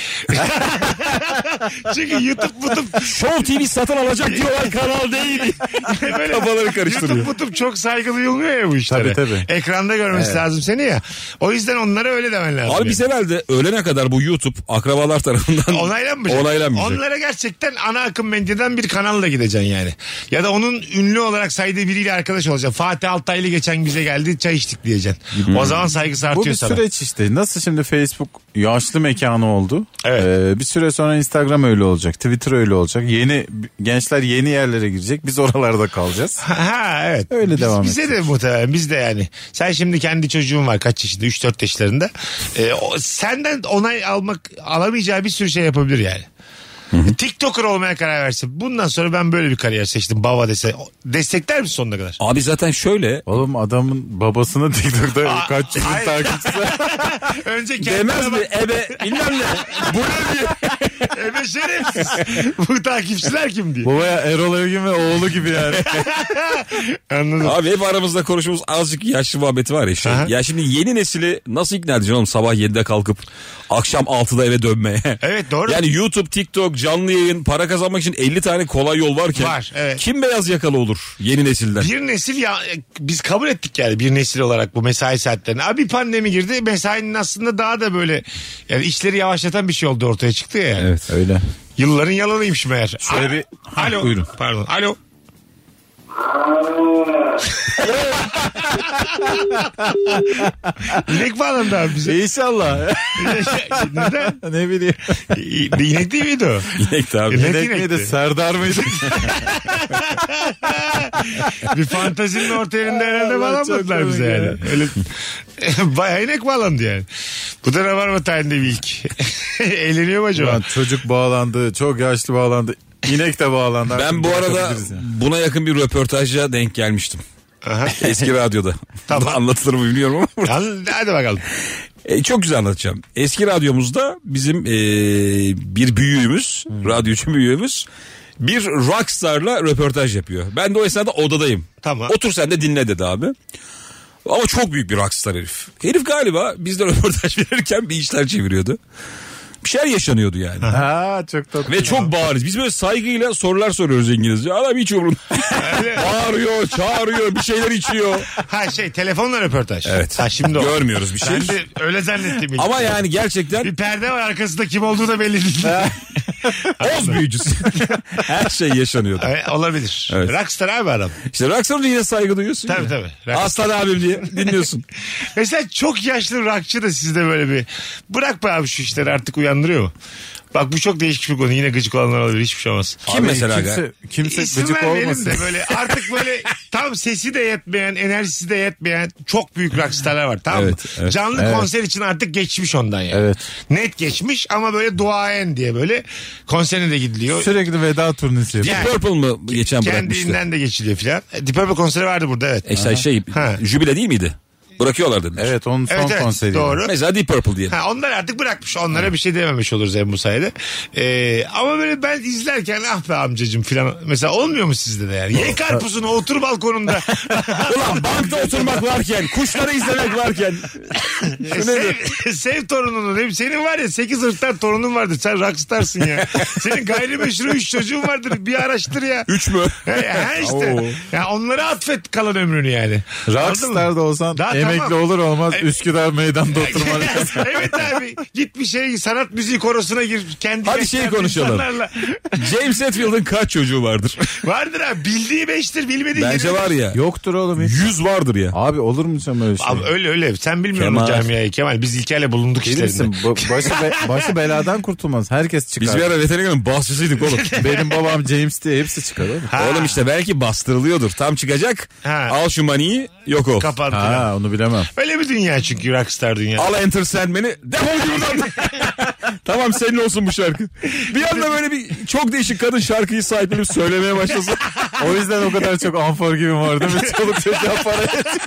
Çünkü YouTube YouTube Show T V satın alacak diyorlar, kanal değil. böyle Kafaları karıştırıyor. YouTube YouTube çok saygılı duyulmuyor ya bu işlere. Tabii, tabii. Ekranda görmesi lazım seni ya. O yüzden onlara öyle demen lazım. Abi yani. biz herhalde öğlene kadar bu YouTube akrabalar tarafından Onaylanmayacak. onaylanmayacak. Onlara gerçekten ana akım medyadan bir kanalla gideceksin yani. Ya da onun ünlü olarak saydığı biriyle arkadaş olacaksın. Fatih Altaylı geçen bize geldi çay içtik diyeceksin. O zaman saygısı Bu artıyor bir sana. süreç işte. Nasıl şimdi Facebook yaşlı mekanı oldu. Evet. Ee, bir süre sonra Instagram öyle olacak. Twitter öyle olacak. Yeni gençler yeni yerlere girecek. Biz oralarda kalacağız. Ha evet. Öyle Biz- devam Bize de edecek. muhtemelen biz de yani. Sen şimdi kendi çocuğun var kaç yaşında? üç dört yaşlarında. Ee, o, senden onay almak alamayacağı bir sürü şey yapabilir yani. TikToker olmaya karar versin. Bundan sonra ben böyle bir kariyer seçtim. Baba dese. Destekler misin sonuna kadar? Abi zaten şöyle Oğlum adamın babasının TikTok'ta Aa, kaç yüz bin hayır. takipçisi var. Önce demez kendine mi bak. ebe bilmem ne. Bu ne diye. Ebe şerefsiz. Bu takipçiler kim diye. Babaya Erol Evgin ve oğlu gibi yani. Anladım. Abi hep aramızda konuştuğumuz azıcık yaşlı muhabbeti var ya işte. Aha. Ya şimdi yeni nesili nasıl ikna edeceksin oğlum sabah yedide kalkıp akşam altıda eve dönmeye. Evet, doğru. Yani YouTube, TikTok, canlı yayın, para kazanmak için elli tane kolay yol varken Var, evet. kim beyaz yakalı olur yeni nesilden? Bir nesil ya biz kabul ettik yani bir nesil olarak bu mesai saatlerini. Abi pandemi girdi, mesainin aslında daha da böyle yani işleri yavaşlatan bir şey oldu ortaya çıktı ya. Yani. Evet öyle. Yılların yalanıymış meğer. Şöyle A- bir- Alo. Buyurun. Pardon. Alo. İnek bağlandı abi bize. İnşallah. Neden? ne bileyim. İnek değil miydi o? İnek de abi. İnek İnek inekti. miydi? Serdar mıydı? Bir fantazinin orta yerinde herhalde Allah, bağlanmadılar çok bize komik yani. ya. Öyle bayağı inek bağlandı yani. Bu da Rabarba tarihinde bir ilk. Eğleniyor mu acaba? Ulan çocuk bağlandı. Çok yaşlı bağlandı. İnek de bağlandı. Ben bu arada Bakabiliriz yani. buna yakın bir röportajca denk gelmiştim. Aha. Eski radyoda. Tamam. Bu da anlatılır mı bilmiyorum ama. burada. Hadi, hadi bakalım. E, çok güzel anlatacağım. Eski radyomuzda bizim e, bir büyüğümüz, radyocu büyüğümüz bir rockstarla röportaj yapıyor. Ben de o esnada odadayım. Tamam. Otur sen de dinle dedi abi. Ama çok büyük bir rockstar herif. Herif galiba bizde röportaj verirken bir işler çeviriyordu. Bir şeyler yaşanıyordu yani. Ha çok tatlı. Ve çok bariz. Biz böyle saygıyla sorular soruyoruz İngilizce. Adam hiç umurunda. Bağırıyor, çağırıyor, bir şeyler içiyor. Ha şey telefonla röportaj. Evet. Ha şimdi o. Görmüyoruz bir şey. Ben de öyle zannettim. ilk. Ama yani gerçekten Bir perde var arkasında kim olduğu da belli değil. Oz büyücüsü. Her şey yaşanıyordu. Evet, olabilir. Evet. Rockstar abi adam. İşte rock sorunca yine saygı duyuyorsun. Tabii ya. tabii. Rockstar. Aslan abim diye dinliyorsun. Mesela çok yaşlı rockçı da sizde böyle bir bırak be abi şu işleri artık uyandırıyor mu? Bak bu çok değişik bir konu. Yine gıcık olanlar olabilir. Hiçbir şey olmaz. Kim mesela? Kimse, kimse İsim gıcık vermeyelim olmasın. de böyle artık böyle tam sesi de yetmeyen, enerjisi de yetmeyen çok büyük rockstarlar var, tamam mı? Evet, evet. Canlı Evet. konser için artık geçmiş ondan yani. Evet. Net geçmiş ama böyle duayen diye böyle konserine de gidiliyor. Sürekli veda turnesi yapıyor. Yani- Purple mı geçen bırakmıştı? Kendinden de geçiliyor filan. E, Deep Purple konseri vardı burada, evet. E işte şey Ha. jübile değil miydi? Bırakıyorlar dediler. Evet onun son Evet, evet, konseri. doğru. Mesela Deep Purple diye. Ha, onlar artık bırakmış. Onlara bir şey dememiş oluruz en bu sayede. Ee, ama böyle ben izlerken ah be amcacım filan. Mesela olmuyor mu sizde de yani? Ye karpuzunu otur balkonunda. Ulan bankta oturmak varken, kuşları izlemek varken. E, sev, sev torununu değil mi? Senin var ya sekiz ırktan torunun vardır. Sen rockstarsın ya. Senin gayrimeşru üç çocuğun vardır. Bir araştır ya. Üç mü? Ha, ha işte. Oo. Ya onlara atfet kalan ömrünü yani. Anladın mı? Rockstar'da olsan Daha emekli tamam. olur olmaz E- Üsküdar meydanda oturman lazım. Evet abi. Git bir şey sanat müziği korosuna gir. Kendi Hadi şeyi yaşlarda konuşalım. insanlarla. James Hetfield'ın kaç çocuğu vardır? Vardır abi. Bildiği beştir, bilmediği Bence yedi. var ya. Yoktur oğlum hiç. Yüz vardır ya. Abi olur mu sen böyle şey? Abi öyle öyle. Sen bilmiyorsun Kemal. camiayı Kemal. Biz İlker'le bulunduk Bilirsin işlerinde. bu- başı, be- başı beladan kurtulmaz. Herkes çıkar. Biz bir ara veterinerin bahçesiydik oğlum. Benim babam James diye hepsi çıkar oğlum. Ha. Oğlum işte belki bastırılıyordur. Tam çıkacak. Ha. Al şu maniyi yok ol. Kapan filan. Ha onu bilemem. Öyle bir dünya çünkü rockstar dünya. Al Enter Sandman'i. Defol git buradan. Tamam senin olsun bu şarkı. Bir anda böyle bir çok değişik kadın şarkıyı sahiplenip söylemeye başlasın. O yüzden o kadar çok Unforgiven var değil mi? Çoluk çocuğa para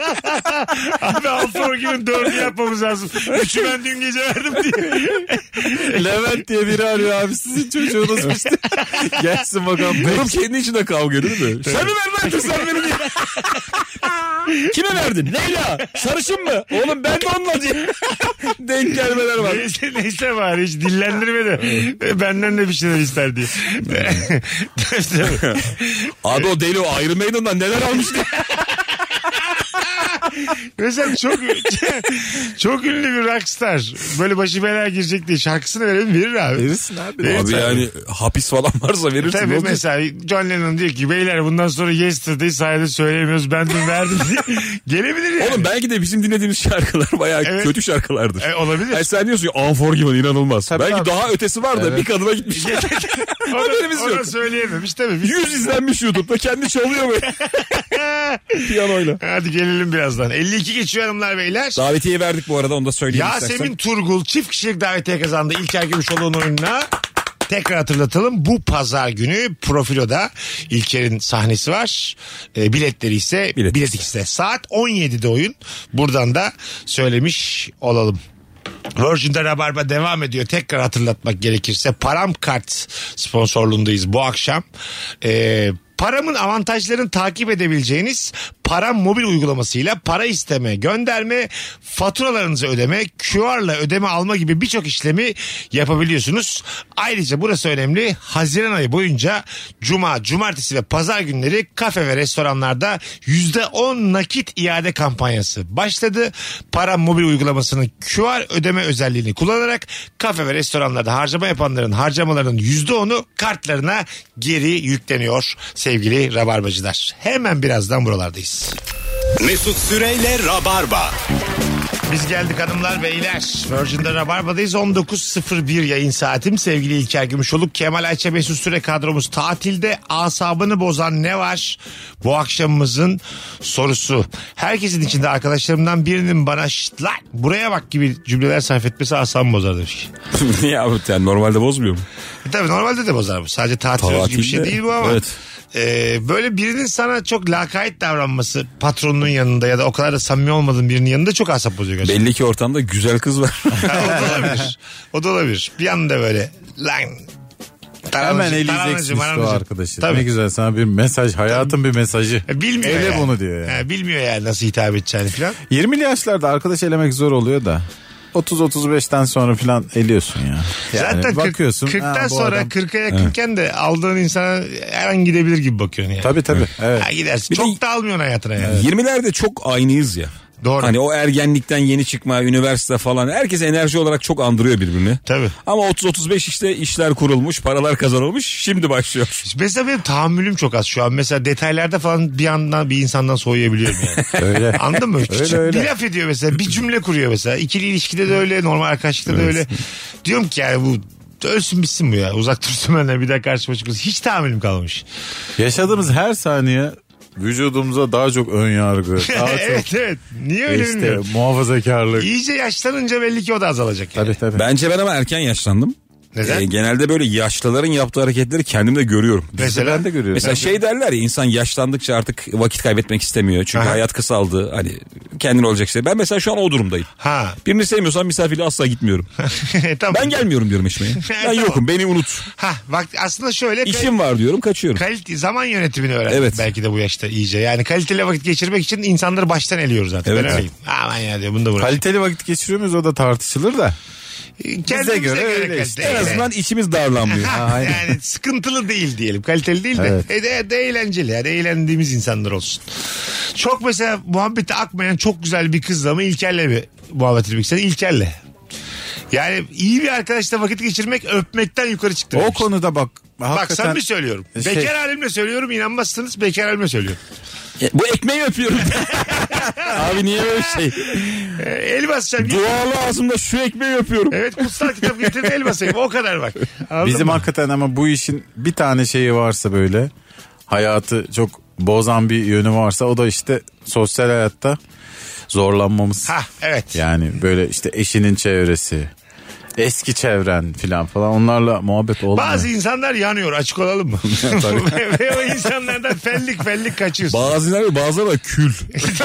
Abi Unforgiven dördü yapmamız lazım. Üçü ben dün gece verdim diye. Levent diye biri arıyor abi sizin çocuğunuz işte. Gelsin bakalım. Durum kendi içinde kavga ediyor değil mi? Sen mi verdin Enter Sandman'i diye. Kime verdin? Leyla. Sarışın mı? Oğlum ben de onunla diye. Denk gelmeler var. Neyse neyse var hiç dillendirmedi. Benden de bir şeyler ister diye. Tabii, tabii. Abi o deli o Iron Maiden'dan neler almıştı? Mesela çok çok ünlü bir rockstar. Böyle başı belaya girecek diye şarkısını verelim verir abi. Verirsin abi. Evet, Abi tabii. yani hapis falan varsa verirsin. Tabii Ne olacak? mesela John Lennon diyor ki beyler bundan sonra Yesterday sayede söyleyemiyoruz ben dün verdim diye. Gelebilir yani. Oğlum belki de bizim dinlediğimiz şarkılar bayağı Evet. kötü şarkılardır. E, olabilir. Yani sen diyorsun ki Unforgiven inanılmaz. Tabii belki abi. daha ötesi var da Evet. bir kadına gitmiş. o da, Haberimiz o da yok. söyleyememiş tabii. Biz- Yüz izlenmiş YouTube'da kendi çalıyor böyle. Piyanoyla. Hadi gelelim birazdan. elli iki geçiyor hanımlar beyler. Davetiye verdik bu arada onu da söyleyeyim Yasemin istersen. Turgul çift kişilik davetiye kazandı İlker Gümüşoğlu'nun oyununa. Tekrar hatırlatalım. Bu pazar günü Profilo'da İlker'in sahnesi var. E, biletleri ise Bilet Bilet X'te. Saat on yedide oyun. Buradan da söylemiş olalım. Virgin'de Rabarba devam ediyor. Tekrar hatırlatmak gerekirse Param Kart sponsorluğundayız bu akşam. Eee Param'ın avantajlarını takip edebileceğiniz Param mobil uygulamasıyla para isteme, gönderme, faturalarınızı ödeme, Q R'la ödeme alma gibi birçok işlemi yapabiliyorsunuz. Ayrıca burası önemli. Haziran ayı boyunca Cuma, Cumartesi ve Pazar günleri kafe ve restoranlarda yüzde on nakit iade kampanyası başladı. Param mobil uygulamasının Q R ödeme özelliğini kullanarak kafe ve restoranlarda harcama yapanların harcamalarının yüzde onu kartlarına geri yükleniyor sevgili Rabarbacılar. Hemen birazdan buralardayız. Mesut Süreyle Rabarba. Biz geldik hanımlar beyler. Virgin'de Rabarba'dayız. on dokuz sıfır bir yayın saatim. Sevgili İlker Gümüşoluk, Kemal Ayça, Mesut Süre kadromuz tatilde. Asabını bozan ne var? Bu akşamımızın sorusu. Herkesin içinde arkadaşlarımdan birinin bana şşt lan buraya bak gibi cümleler sarf etmesi asabımı bozar demiş. Niye abi yani normalde bozmuyor mu? E tabii normalde de bozar bu. Sadece tatil özgü bir şey Tatilde, değil bu ama. evet. e, böyle birinin sana çok lakayt davranması patronunun yanında ya da o kadar da samimi olmadığın birinin yanında çok asap bozuyor gerçekten. Belli ki ortamda güzel kız var. Ha, o da olabilir. O da olabilir. Bir anda böyle lan. Hemen eleyeceksin işte o arkadaşı. Tabii. Ne güzel sana bir mesaj, hayatın bir mesajı. E, bilmiyor Ele yani. bunu diyor yani. Ha, bilmiyor yani nasıl hitap edeceğini falan. yirmili yaşlarda arkadaş elemek zor oluyor da. otuz otuz beşten sonra falan eliyorsun ya. Yani Zaten bakıyorsun. kırktan ha, bu sonra adam- kırka yakınken de aldığın insana her an gidebilir gibi bakıyorsun yani. Tabii tabii. Evet. Ha, gidersin. Bir de- Çok da almıyorsun hayatına yani. yirmilerde çok aynıyız ya. Doğru. Hani o ergenlikten yeni çıkma, üniversite falan herkes enerji olarak çok andırıyor birbirini. Tabii. Ama otuz otuz beş işte işler kurulmuş, paralar kazanılmış, şimdi başlıyor. Mesela benim tahammülüm çok az şu an. Mesela detaylarda falan bir yandan bir insandan soğuyabiliyorum yani. Öyle. Anladın mı? Öyle, öyle. Bir laf ediyor mesela. Bir cümle kuruyor mesela. İkili ilişkide de öyle. Normal arkadaşlıkta da öyle. Diyorum ki yani bu ölsün bitsin bu ya. Uzak dursun benden bir daha karşıma çıkmasın. Hiç tahammülüm kalmamış. Yaşadığımız her saniye vücudumuza daha çok ön yargı. Daha evet çok evet. Niye öyle işte bilmiyorum. muhafazakarlık. İyice yaşlanınca belli ki o da azalacak. Yani. Tabii tabii. Bence ben ama erken yaşlandım. Neden? Ee, genelde böyle yaşlıların yaptığı hareketleri kendimde görüyorum. Mesela? Ben de görüyorum. Mesela şey derler ya, insan yaşlandıkça artık vakit kaybetmek istemiyor. Çünkü Aha. hayat kısaldı. Hani kendin olacak şey. Ben mesela şu an o durumdayım. Ha. Birini sevmiyorsam misafirliğe asla gitmiyorum. tamam. Ben gelmiyorum diyorum eşmeye. Ben Tamam. yokum, beni unut. Ha bak aslında şöyle. İşim var diyorum, kaçıyorum. Kalite, zaman yönetimini öğrendik Evet. belki de bu yaşta iyice. Yani kaliteli vakit geçirmek için insanları baştan eliyoruz zaten. Evet. Ben öyleyim. Aman ya diyor bunu da bırak. Kaliteli vakit geçiriyor muyuz o da tartışılır da. Kendimize göre göre, öyle kalite. işte. En azından içimiz darlanmıyor. Ha, yani sıkıntılı değil diyelim. Kaliteli değil de. Evet. E de, de eğlenceli. Yani eğlendiğimiz insanlar olsun. Çok mesela muhabbete akmayan çok güzel bir kızla mı İlker'le bir muhabbet etmek istedim. İlker'le. Yani iyi bir arkadaşla vakit geçirmek öpmekten yukarı çıktı. O demiş. konuda bak. Bak hakikaten- samimi söylüyorum. Şey- Bekar halimle söylüyorum, inanmazsınız. Bekar halimle söylüyorum. E, Bu ekmeği öpüyorum. Abi niye böyle şey? E, el basacağım. Dualı ağzımda şu ekmeği öpüyorum. Evet, kutsal kitap getirdi, el basayım. O kadar bak. Anladın Bizim mı? hakikaten ama bu işin bir tane şeyi varsa böyle hayatı çok bozan bir yönü varsa o da işte sosyal hayatta zorlanmamız. Ha evet. Yani böyle işte eşinin çevresi, eski çevren filan falan onlarla muhabbet olmuyor. Bazı insanlar yanıyor, açık olalım mı? ve, ve o insanlardan fellik fellik kaçıyorsun. Bazıları bazıları da kül.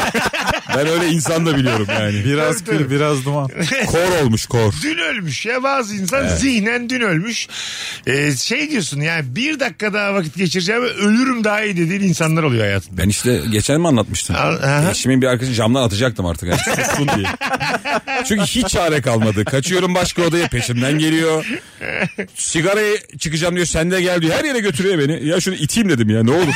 Ben öyle insan da biliyorum yani. Biraz Tabii, kül tabii. biraz duman. Kor olmuş kor. Dün ölmüş ya, bazı insan zihnen dün ölmüş. Ee, şey diyorsun yani, bir dakika daha vakit geçireceğim ve ölürüm daha iyi dediğin insanlar oluyor hayatında. Ben işte geçen mi anlatmıştım? Aha. Eşimin bir arkadaşı camdan atacaktım artık. Yani. Sussun diye. Çünkü hiç çare kalmadı. Kaçıyorum başka odaya, peşimden geliyor. Sigaraya çıkacağım diyor, sen de gel diyor. Her yere götürüyor beni. Ya şunu iteyim dedim ya, ne olur.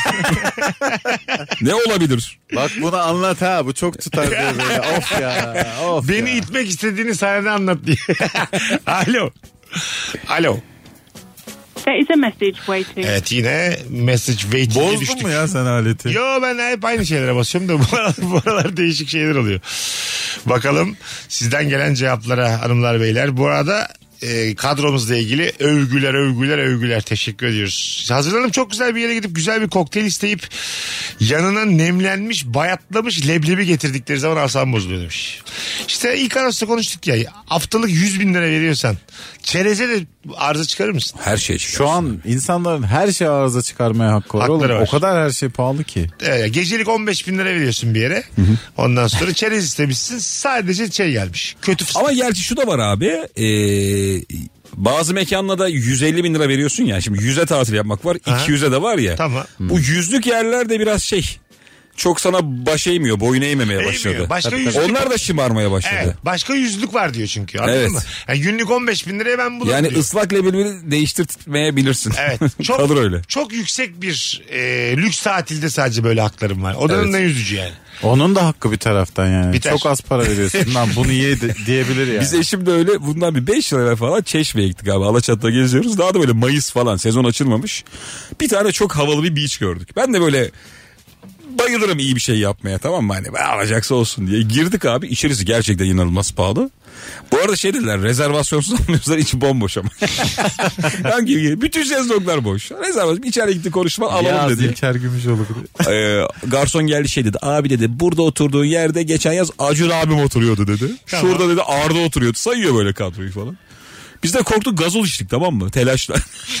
Ne olabilir? Bak bunu anlat ha, bu çok tutar diye böyle. Of ya. Of Beni ya. itmek istediğini sahnede anlat diye. Alo. Alo. There is a message waiting. Evet, yine message waiting'e Bozdun düştük. mu ya sen aleti? Yo, ben hep aynı şeylere basıyorum da bu aralar, bu aralar değişik şeyler oluyor. Bakalım sizden gelen cevaplara hanımlar beyler. Bu arada e, kadromuzla ilgili övgüler övgüler övgüler, teşekkür ediyoruz. Hazırlanıp çok güzel bir yere gidip güzel bir kokteyl isteyip yanına nemlenmiş bayatlamış leblebi getirdikleri zaman asam bozuluyor demiş. İşte ilk arasında konuştuk ya, haftalık yüz bin lira veriyorsan çereze de arıza çıkarır mısın? Her şey çıkar. Şu an insanların her şey arıza çıkarmaya hakkı var. Hakları Oğlum, var. o kadar her şey pahalı ki. Evet, gecelik on beş bin lira veriyorsun bir yere. Ondan sonra çerez istemişsin, sadece şey gelmiş. Kötü fıstık. Ama gerçi şu da var abi. Ee, bazı mekanlarda yüz elli bin lira veriyorsun ya. Şimdi yüze tatil yapmak var. Aha. iki yüze de var ya. Tamam. Bu yüzlük yerlerde biraz şey. Çok sana baş eğmiyor. Boyun eğmemeye Eğmiyor. başladı. Başka Tabii, yüzlük- tabii. Onlar da şımarmaya başladı. Evet, başka yüzlük var diyor çünkü, anladın Evet. mı? Yani günlük on beş bin liraya ben bulurum Yani diyor. ıslak leblebi değiştirmeyebilirsin. Evet. Çok, Kalır öyle. Çok yüksek bir e, lüks tatilde sadece böyle haklarım var. O da Evet. ne üzücü yani. Onun da hakkı bir taraftan yani. Biter. Çok az para veriyorsun. Lan bunu ye de- diyebilir yani. Biz eşim de öyle bundan bir beş lira falan Çeşme'ye gittik abi. Alaçatı'da geziyoruz. Daha da böyle Mayıs falan, sezon açılmamış. Bir tane çok havalı bir beach gördük. Ben de böyle bayılırım iyi bir şey yapmaya, tamam mı? Hani alacaksa olsun diye. Girdik abi, içerisi gerçekten inanılmaz pahalı. Bu arada şey dediler, rezervasyonsuz almıyorlar, içi bomboş ama. Hangi gibi? Bütün şezlonglar boş. Rezervasyon, içeri gitti konuşma alalım Yaz dedi. İlker Gümüşoluk. Ee, garson geldi şey dedi, abi dedi burada oturduğun yerde geçen yaz Acun abim oturuyordu dedi. Tamam. Şurada dedi Arda oturuyordu, sayıyor böyle kadroyu falan. Biz de korktuk, gazoz içtik, tamam mı? Telaşla.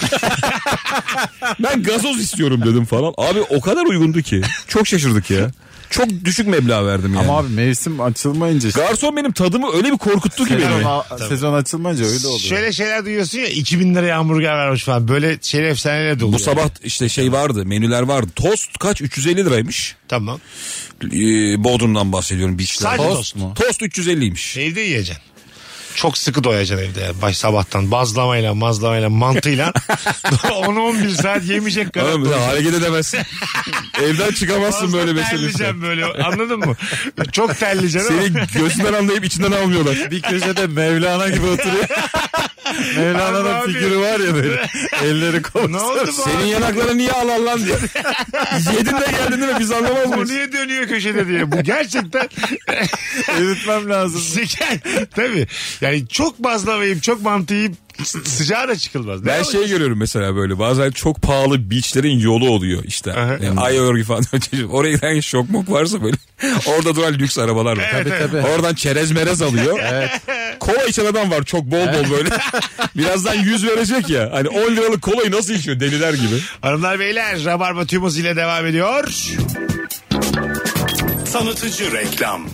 Ben gazoz istiyorum dedim falan. Abi o kadar uygundu ki. Çok şaşırdık ya. Çok düşük meblağ verdim yani. Ama abi mevsim açılmayınca. Garson benim tadımı öyle bir korkuttu ki beni. Sezon, sezon açılmayınca öyle oluyor. Şöyle şeyler duyuyorsun ya, iki bin liraya hamburger vermiş falan. Böyle şeyler, efsaneler de oluyor. Bu sabah işte şey vardı, menüler vardı. Tost kaç? üç yüz elli liraymış. Tamam. Ee, Bodrum'dan bahsediyorum. Beach'ten. Sadece Tost tost mu? Tost üç yüz elliymiş. Evde yiyeceksin. Çok sıkı doyacaksın evde yani. Baş sabahtan bazlamayla mazlamayla mantıyla on on bir saat yemeyecek kadar. Oğlum, hareket edemezsin. Evden çıkamazsın Fazla böyle meselesi. terleyeceksin böyle, anladın mı? Çok terleyeceksin ama. Seni gözünden anlayıp içinden almıyorlar. Bir köşede Mevlana gibi oturuyor. Mevlana'nın Abi. figürü var ya böyle. Elleri Ne oldu kovsun. bu? Senin yanaklara niye alan lan diye. Yedin de geldin değil mi? Biz anlamaz Bu mıyız? niye dönüyor köşede diye. Bu gerçekten Eritmem lazım. Şeker. Tabii. Yani çok bazlamayıp çok mantı yiyip s- sıcağa da çıkılmaz. Ben Ne şey görüyorum mesela böyle bazen çok pahalı beachlerin yolu oluyor işte. Aha. Yani Ayörgü falan. Oraya giden şok mok varsa böyle. Orada duran lüks arabalar var. Evet, evet. Tabii. Oradan çerez merez alıyor. Kola içen adam var çok bol bol böyle. Birazdan yüz verecek ya. Hani on liralık kolayı nasıl içiyor deliler gibi. Hanımlar beyler, Rabarba tüm hızıyla devam ediyor. Tanıtıcı reklam.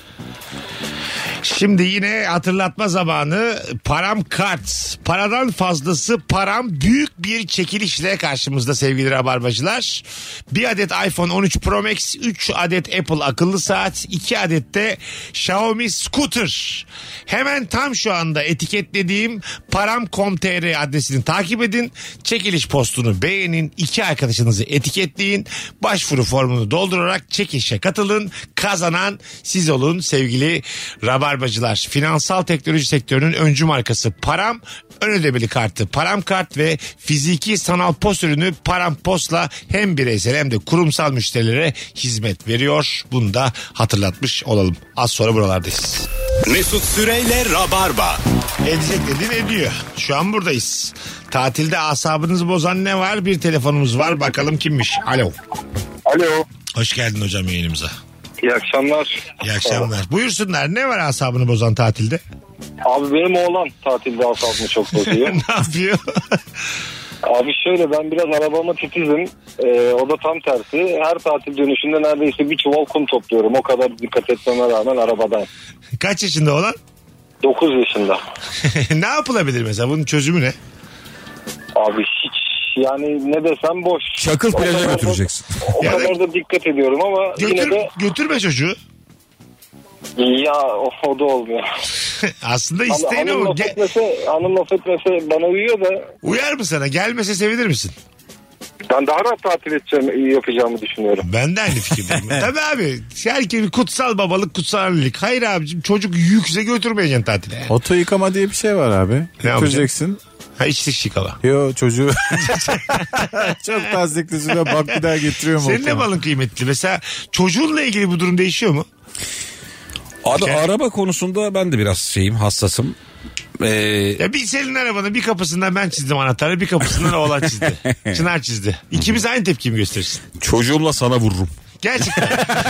Şimdi yine hatırlatma zamanı. Param kart. Paradan fazlası param büyük bir çekilişle karşımızda sevgili Rabarbacılar. Bir adet iPhone on üç Pro Max, üç adet Apple akıllı saat, iki adet de Xiaomi Scooter. Hemen tam şu anda etiketlediğim param nokta com nokta tr adresini takip edin. Çekiliş postunu beğenin. İki arkadaşınızı etiketleyin. Başvuru formunu doldurarak çekilişe katılın. Kazanan siz olun sevgili Rabarbacılar. Finansal teknoloji sektörünün öncü markası Param, ön ödemeli kartı Param Kart ve fiziki sanal post ürünü Param Post'la hem bireysel hem de kurumsal müşterilere hizmet veriyor. Bunu da hatırlatmış olalım. Az sonra buralardayız. Mesut Süreyle Rabarba. Edecek dediğin ediyor. Şu an buradayız. Tatilde asabınızı bozan ne var? Bir telefonumuz var. Bakalım kimmiş? Alo. Alo. Hoş geldin hocam yayınımıza. İyi akşamlar. İyi akşamlar. Buyursunlar. Ne var asabını bozan tatilde? Abi benim oğlan tatilde asabımı çok bozuyor. Ne yapıyor? Abi şöyle, ben biraz arabama titizim. Ee, o da tam tersi. Her tatil dönüşünde neredeyse bir çuval kum topluyorum. O kadar dikkat etmeme rağmen arabadan. Kaç yaşında olan? dokuz yaşında. Ne yapılabilir mesela? Bunun çözümü ne? Abi hiç yani ne desem boş. Çakıl O plaja kadar da- götüreceksin. O Yani- kadar da dikkat ediyorum ama Götür, yine de götürme çocuğu. ya o, o da olmuyor. Aslında Hanım, isteğin hanım o. laf Ge- etmese, hanım laf etmese bana uyuyor da Uyar mı sana? Gelmese sevinir misin? ben daha rahat tatil edeceğim, yapacağımı düşünüyorum. Ben de aynı fikirdeyim. Tabii abi. Herkes kutsal babalık, kutsal annelik. Hayır abicim, çocuk yükse götürmeyeceksin tatile. Yani. Oto yıkama diye bir şey var abi. Götüreceksin. Ha, içlik şikala. Yo çocuğu çok tazdikli süre bak bir daha getiriyorum. Senin de ortama. balın kıymetli. Mesela çocuğunla ilgili bu durum değişiyor mu? Abi Gel. araba konusunda ben de biraz şeyim hassasım. Ee, Ya bir senin arabanın bir kapısından ben çizdim anahtarı, bir kapısından oğlan çizdi. Çınar çizdi. İkimiz aynı tepkimi gösterirsin. çocuğumla sana vururum. Gerçekten.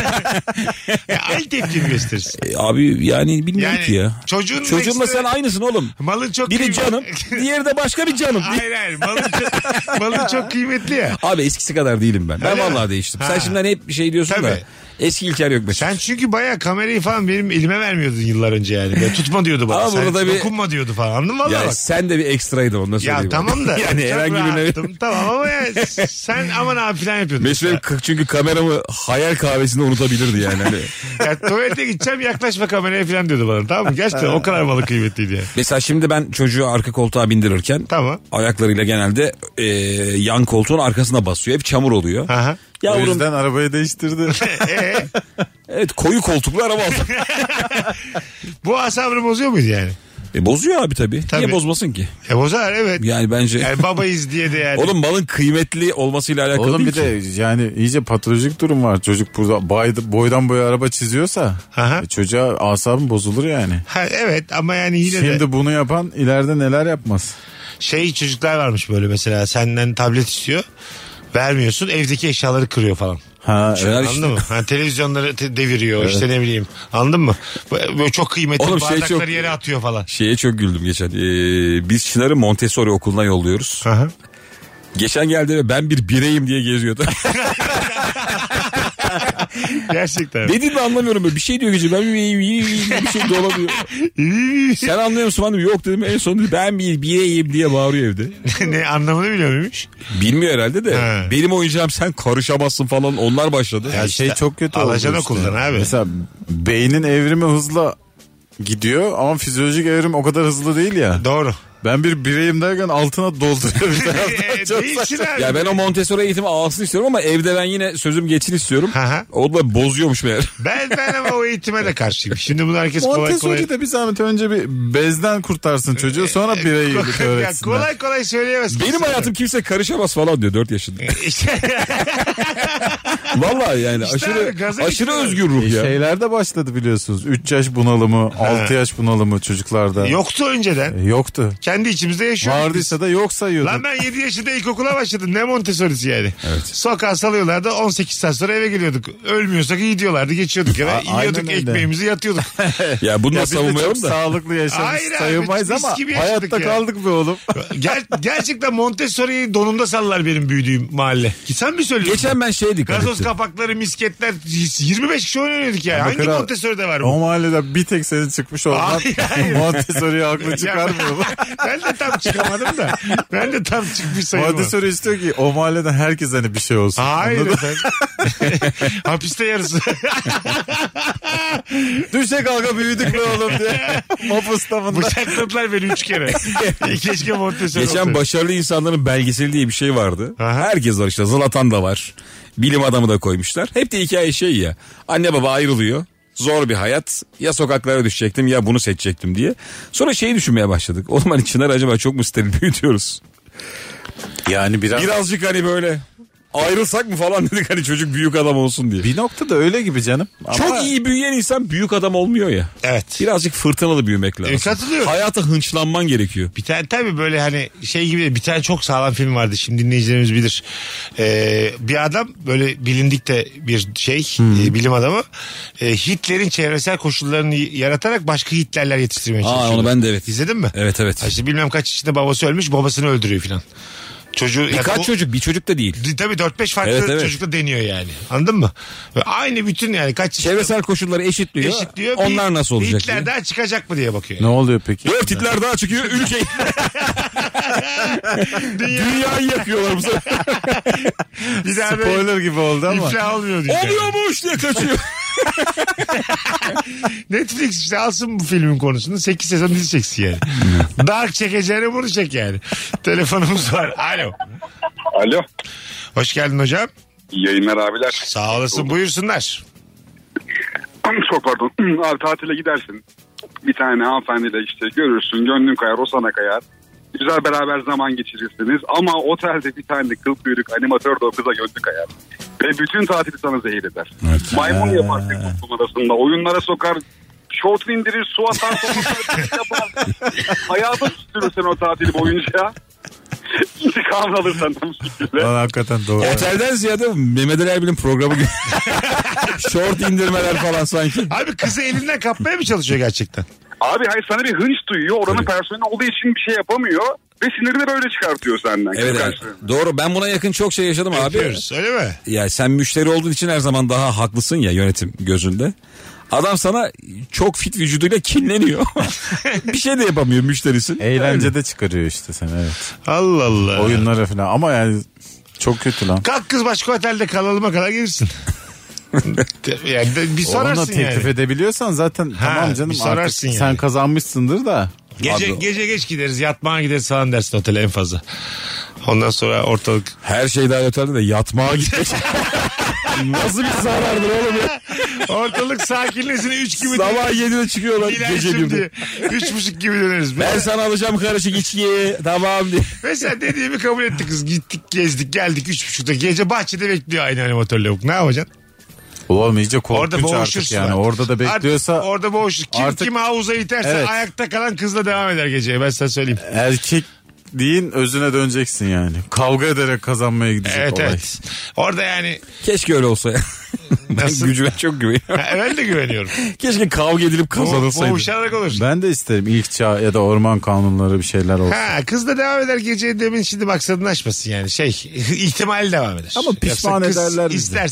Ya aynı tepkimi gösterirsin. E, abi yani bilmiyorum Yani ki ya. çocuğun Çocuğumla ekstra- sen aynısın oğlum. Malın çok Biri kıymet- canım, diğeri de başka bir canım. Hayır hayır. Malın çok, malın çok kıymetli ya. Abi eskisi kadar değilim ben. Ben Öyle mi? vallahi değiştim. Ha. Sen şimdi hani hep bir şey diyorsun Tabii. da eski İlker yok mesela. Sen çünkü bayağı kamerayı falan benim elime vermiyordun yıllar önce yani. Böyle tutma diyordu bana. Ama Sen burada bir- dokunma diyordu falan. Anladın mı? Valla Yani bak. sen de bir ekstraydı onu da söyleyeyim. Ya tamam da. yani çok herhangi birine... rahattım. Tamam ama ya sen aman abi falan yapıyordun. Mesut benim kırk çünkü kameramı hayal kahvesinde unutabilirdi yani. Hani. Ya tuvalete gideceğim yaklaşma kameraya falan diyordu bana, tamam mı? Gerçekten o kadar malı kıymetliydi yani. Mesela şimdi ben çocuğu arka koltuğa bindirirken Tamam. ayaklarıyla genelde e, yan koltuğun arkasına basıyor. Hep çamur oluyor. Aha. O Yavrum yüzden arabayı değiştirdi. Ee, evet koyu koltuklu araba aldım. bu asabını bozuyor muydu yani? e, bozuyor abi tabii. Tabii. Niye bozmasın ki? E bozar evet. Yani bence... Yani babayız diye de yani. Oğlum malın kıymetli olmasıyla alakalı Oğlum bir değil ki. de yani iyice patolojik durum var. Çocuk burada bay- boydan boya araba çiziyorsa Aha. e, çocuğa asabın bozulur yani. Ha, evet ama yani yine Şimdi de bunu yapan ileride neler yapmaz. şey çocuklar varmış böyle mesela senden tablet istiyor. Vermiyorsun, evdeki eşyaları kırıyor falan. Ha Şeyler evet. Anladın mı? Ha, televizyonları te- deviriyor işte ne bileyim. Anladın mı? Böyle çok kıymetli Oğlum şey bardakları çok- yere atıyor falan. Şeye çok güldüm geçen. Ee, biz Çınar'ı Montessori okuluna yolluyoruz. Aha. Geçen geldi ve ben bir bireyim diye geziyordu. Gerçekten. Dediğimi anlamıyorum böyle. Bir şey diyor gece ben bir bireyim bir şey dolamıyor. Sen anlıyor musun? Ben dedim, yok dedim en son dedi, ben bir bireyim diye bağırıyor evde. Ne anlamını biliyor muymuş? Bilmiyor herhalde de. Ha. Benim oyuncağım sen karışamazsın falan onlar başladı. Ya şey çok kötü oldu alacaksın işte. okuldan abi. Mesela beynin evrimi hızla gidiyor ama fizyolojik evrim o kadar hızlı değil ya. Doğru. Ben bir bireyim derken altına dolduruyor bir taraftan. Çok Değilsin saçma. abi. Ya ben o Montessori eğitimi alsın istiyorum ama evde ben yine sözüm geçsin istiyorum. Aha. O da bozuyormuş meğer. Ben ben ama o eğitime de karşıyım. Şimdi bunu herkes kolay kolay... Montessori de bir zahmet önce bir bezden kurtarsın çocuğu sonra bireylik ya öğretsinler. kolay kolay söyleyemez. Benim kimse. hayatım kimse karışamaz falan diyor dört yaşında. Vallahi yani İşte aşırı abi, gaza aşırı getiriyor. özgür ruh E, ya. Şeyler de başladı biliyorsunuz. üç yaş bunalımı, altı yaş bunalımı çocuklarda. Yoktu önceden. E, Yoktu. Kendi içimizde yaşıyorduk. Vardıysa da yok sayıyorduk. Lan ben yedi yaşında ilkokula başladım. Ne Montessori'si yani. Evet. Sokağa salıyorlardı. on sekiz saat sonra eve geliyorduk. Ölmüyorsak iyi diyorlardı. Geçiyorduk eve. A- Yiyorduk aynen öyle. ekmeğimizi yatıyorduk. Ya bunu Ya da biz de savunmayalım çok da. sağlıklı yaşamış Hayır abi, sayılmayız biz ama gibi yaşadık hayatta ya. kaldık be oğlum. Ger- gerçekten Montessori'yi donumda sallar benim büyüdüğüm mahalle. Ki sen mi söylüyorsun? Geçen ben şeye dikkat Gazoz ettim. kapakları, misketler yirmi beş kişi oynuyorduk ya. Hangi Kral, Montessori'de var O bu? mahallede bir tek senin çıkmış olman Hayır, hayır. Montessori'ye haklı çıkarmıyor mu? ben de tam çıkamadım da. Ben de tam çıkmış sayılmam. Montessori istiyor ki o mahalleden herkes hani bir şey olsun. Hayır Anladın mı? efendim. Hapiste yarısı. Düşe kalka büyüdük be oğlum diye. Mopus tamında. Bıçakladılar beni üç kere. Keşke Montessori Geçen olsaydı. başarılı insanların belgeseli diye bir şey vardı. Aha. Herkes var işte. Zlatan da var. Bilim adamı da koymuşlar. Hep de hikaye şey ya. Anne baba ayrılıyor. Zor bir hayat. Ya sokaklara düşecektim ya bunu seçecektim diye. Sonra şeyi düşünmeye başladık. Oğlum hani Çınar acaba çok mu steril büyütüyoruz? Yani biraz... Birazcık hani böyle ayrılsak mı falan dedik hani çocuk büyük adam olsun diye. Bir noktada öyle gibi canım. Ama... Çok iyi büyüyen insan büyük adam olmuyor ya. Evet. Birazcık fırtınalı büyümek lazım. E, katılıyorum. Hayata hınçlanman gerekiyor. Bir tane tabii böyle hani şey gibi bir tane çok sağlam film vardı. Şimdi dinleyicilerimiz bilir. Ee, bir adam böyle bilindik de bir şey e, bilim adamı e, Hitler'in çevresel koşullarını yaratarak başka Hitler'ler yetiştirmeye Aa, çalışıyor. onu ben de evet. İzledin mi? Evet evet. Ha işte bilmem kaç yaşında babası ölmüş babasını öldürüyor filan. Çocuğu, Birkaç yani o- çocuk bir çocuk da değil. Tabii dört beş farklı Evet, evet. çocukla deniyor yani. Anladın mı? Ve aynı bütün yani kaç Çevresel koşulları eşitliyor. eşitliyor. Onlar Bir- nasıl bir olacak Hitler diye. daha çıkacak mı diye bakıyor. Ne oluyor peki? Dört Hitler daha çıkıyor ülkeyi. Dünyayı yakıyorlar bu sefer. Bir daha da Spoiler gibi oldu ama. iflah olmuyor diyor. Oluyormuş diye kaçıyor. Netflix işte alsın bu filmin konusunu sekiz sezon dizi çeksin yani. Dark çekeceğine bunu çek yani. Telefonumuz var. Alo. Alo. Hoş geldin hocam. İyi yayınlar abiler. Sağ olasın buyursunlar. Çok pardon. Abi tatile gidersin. Bir tane hanımefendiyle işte görürsün. Gönlün kayar, o sana kayar. Güzel beraber zaman geçirirsiniz. Ama otelde bir tane kıl kuyruk animatör de o kıza gönlü kayar. Ve bütün tatili sana zehir eder. Evet. Maymun yapar toplum arasında. Oyunlara sokar. Şortunu indirir, su atar, sonra yapar. Hayata sürdürürsen o tatili boyunca. İntikamını alır senden bu şekilde. Lan hakikaten doğru. Otelden ziyade Mehmet Ali Erbil'in programı gibi. Şort indirmeler falan sanki. Abi kızı elinden kapmaya mı çalışıyor gerçekten? Abi hayır sana bir hınç duyuyor. Oranın personeli olduğu için bir şey yapamıyor. Ve sinirini böyle çıkartıyor senden. Evet, evet. Doğru, ben buna yakın çok şey yaşadım abi. Yapıyoruz öyle mi? Ya sen müşteri olduğun için her zaman daha haklısın ya yönetim gözünde. Adam sana çok fit vücuduyla kinleniyor. Bir şey de yapamıyor müşterisin. Eğlence de çıkarıyor işte seni evet. Allah Allah. Oyunlara falan ama yani çok kötü lan. Kalk kız başka otelde kalalıma kadar gelirsin. Yani de- bir Onunla sorarsın teklif yani. edebiliyorsan zaten Ha, tamam canım bir sorarsın artık yani. sen kazanmışsındır da. Gece, Abi- gece geç gideriz yatmaya gideriz falan dersin otele en fazla. Ondan sonra ortalık. Her şey daha otelde de yatmaya gitmek. Nasıl bir zarardır oğlum ya. Ortalık sakinlesin üç gibi. Sabah yedide çıkıyorlar gece Dilensin gibi. diye. Üç buçuk gibi döneriz. Ben sana alacağım karışık içki tamam diye. Mesela dediğimi kabul etti kız. Gittik gezdik geldik üç buçukta. Gece bahçede bekliyor aynı animatör lavuk. Ne yapacaksın? Oğlum iyice Orada korkunç artık boğuşursun. yani. Orada da bekliyorsa Artık orada boğuşur. Kim artık- kimi havuza iterse Evet. ayakta kalan kızla devam eder geceye. Ben sana söyleyeyim. erkek deyin özüne döneceksin yani. Kavga ederek kazanmaya gidecek Evet olay. evet. Orada yani Keşke öyle olsa ya. Ben Nasıl? gücüme çok güveniyorum. ha, ben de güveniyorum. Keşke kavga edilip kazanılsaydı. Boğuşarak olur. Ben de isterim ilk çağ ya da orman kanunları bir şeyler olsun. Ha, kız da devam eder geceye demin şimdi maksadını aşmasın yani şey ihtimali devam eder. Ama pişman Yoksa kız ederler bizi. isterse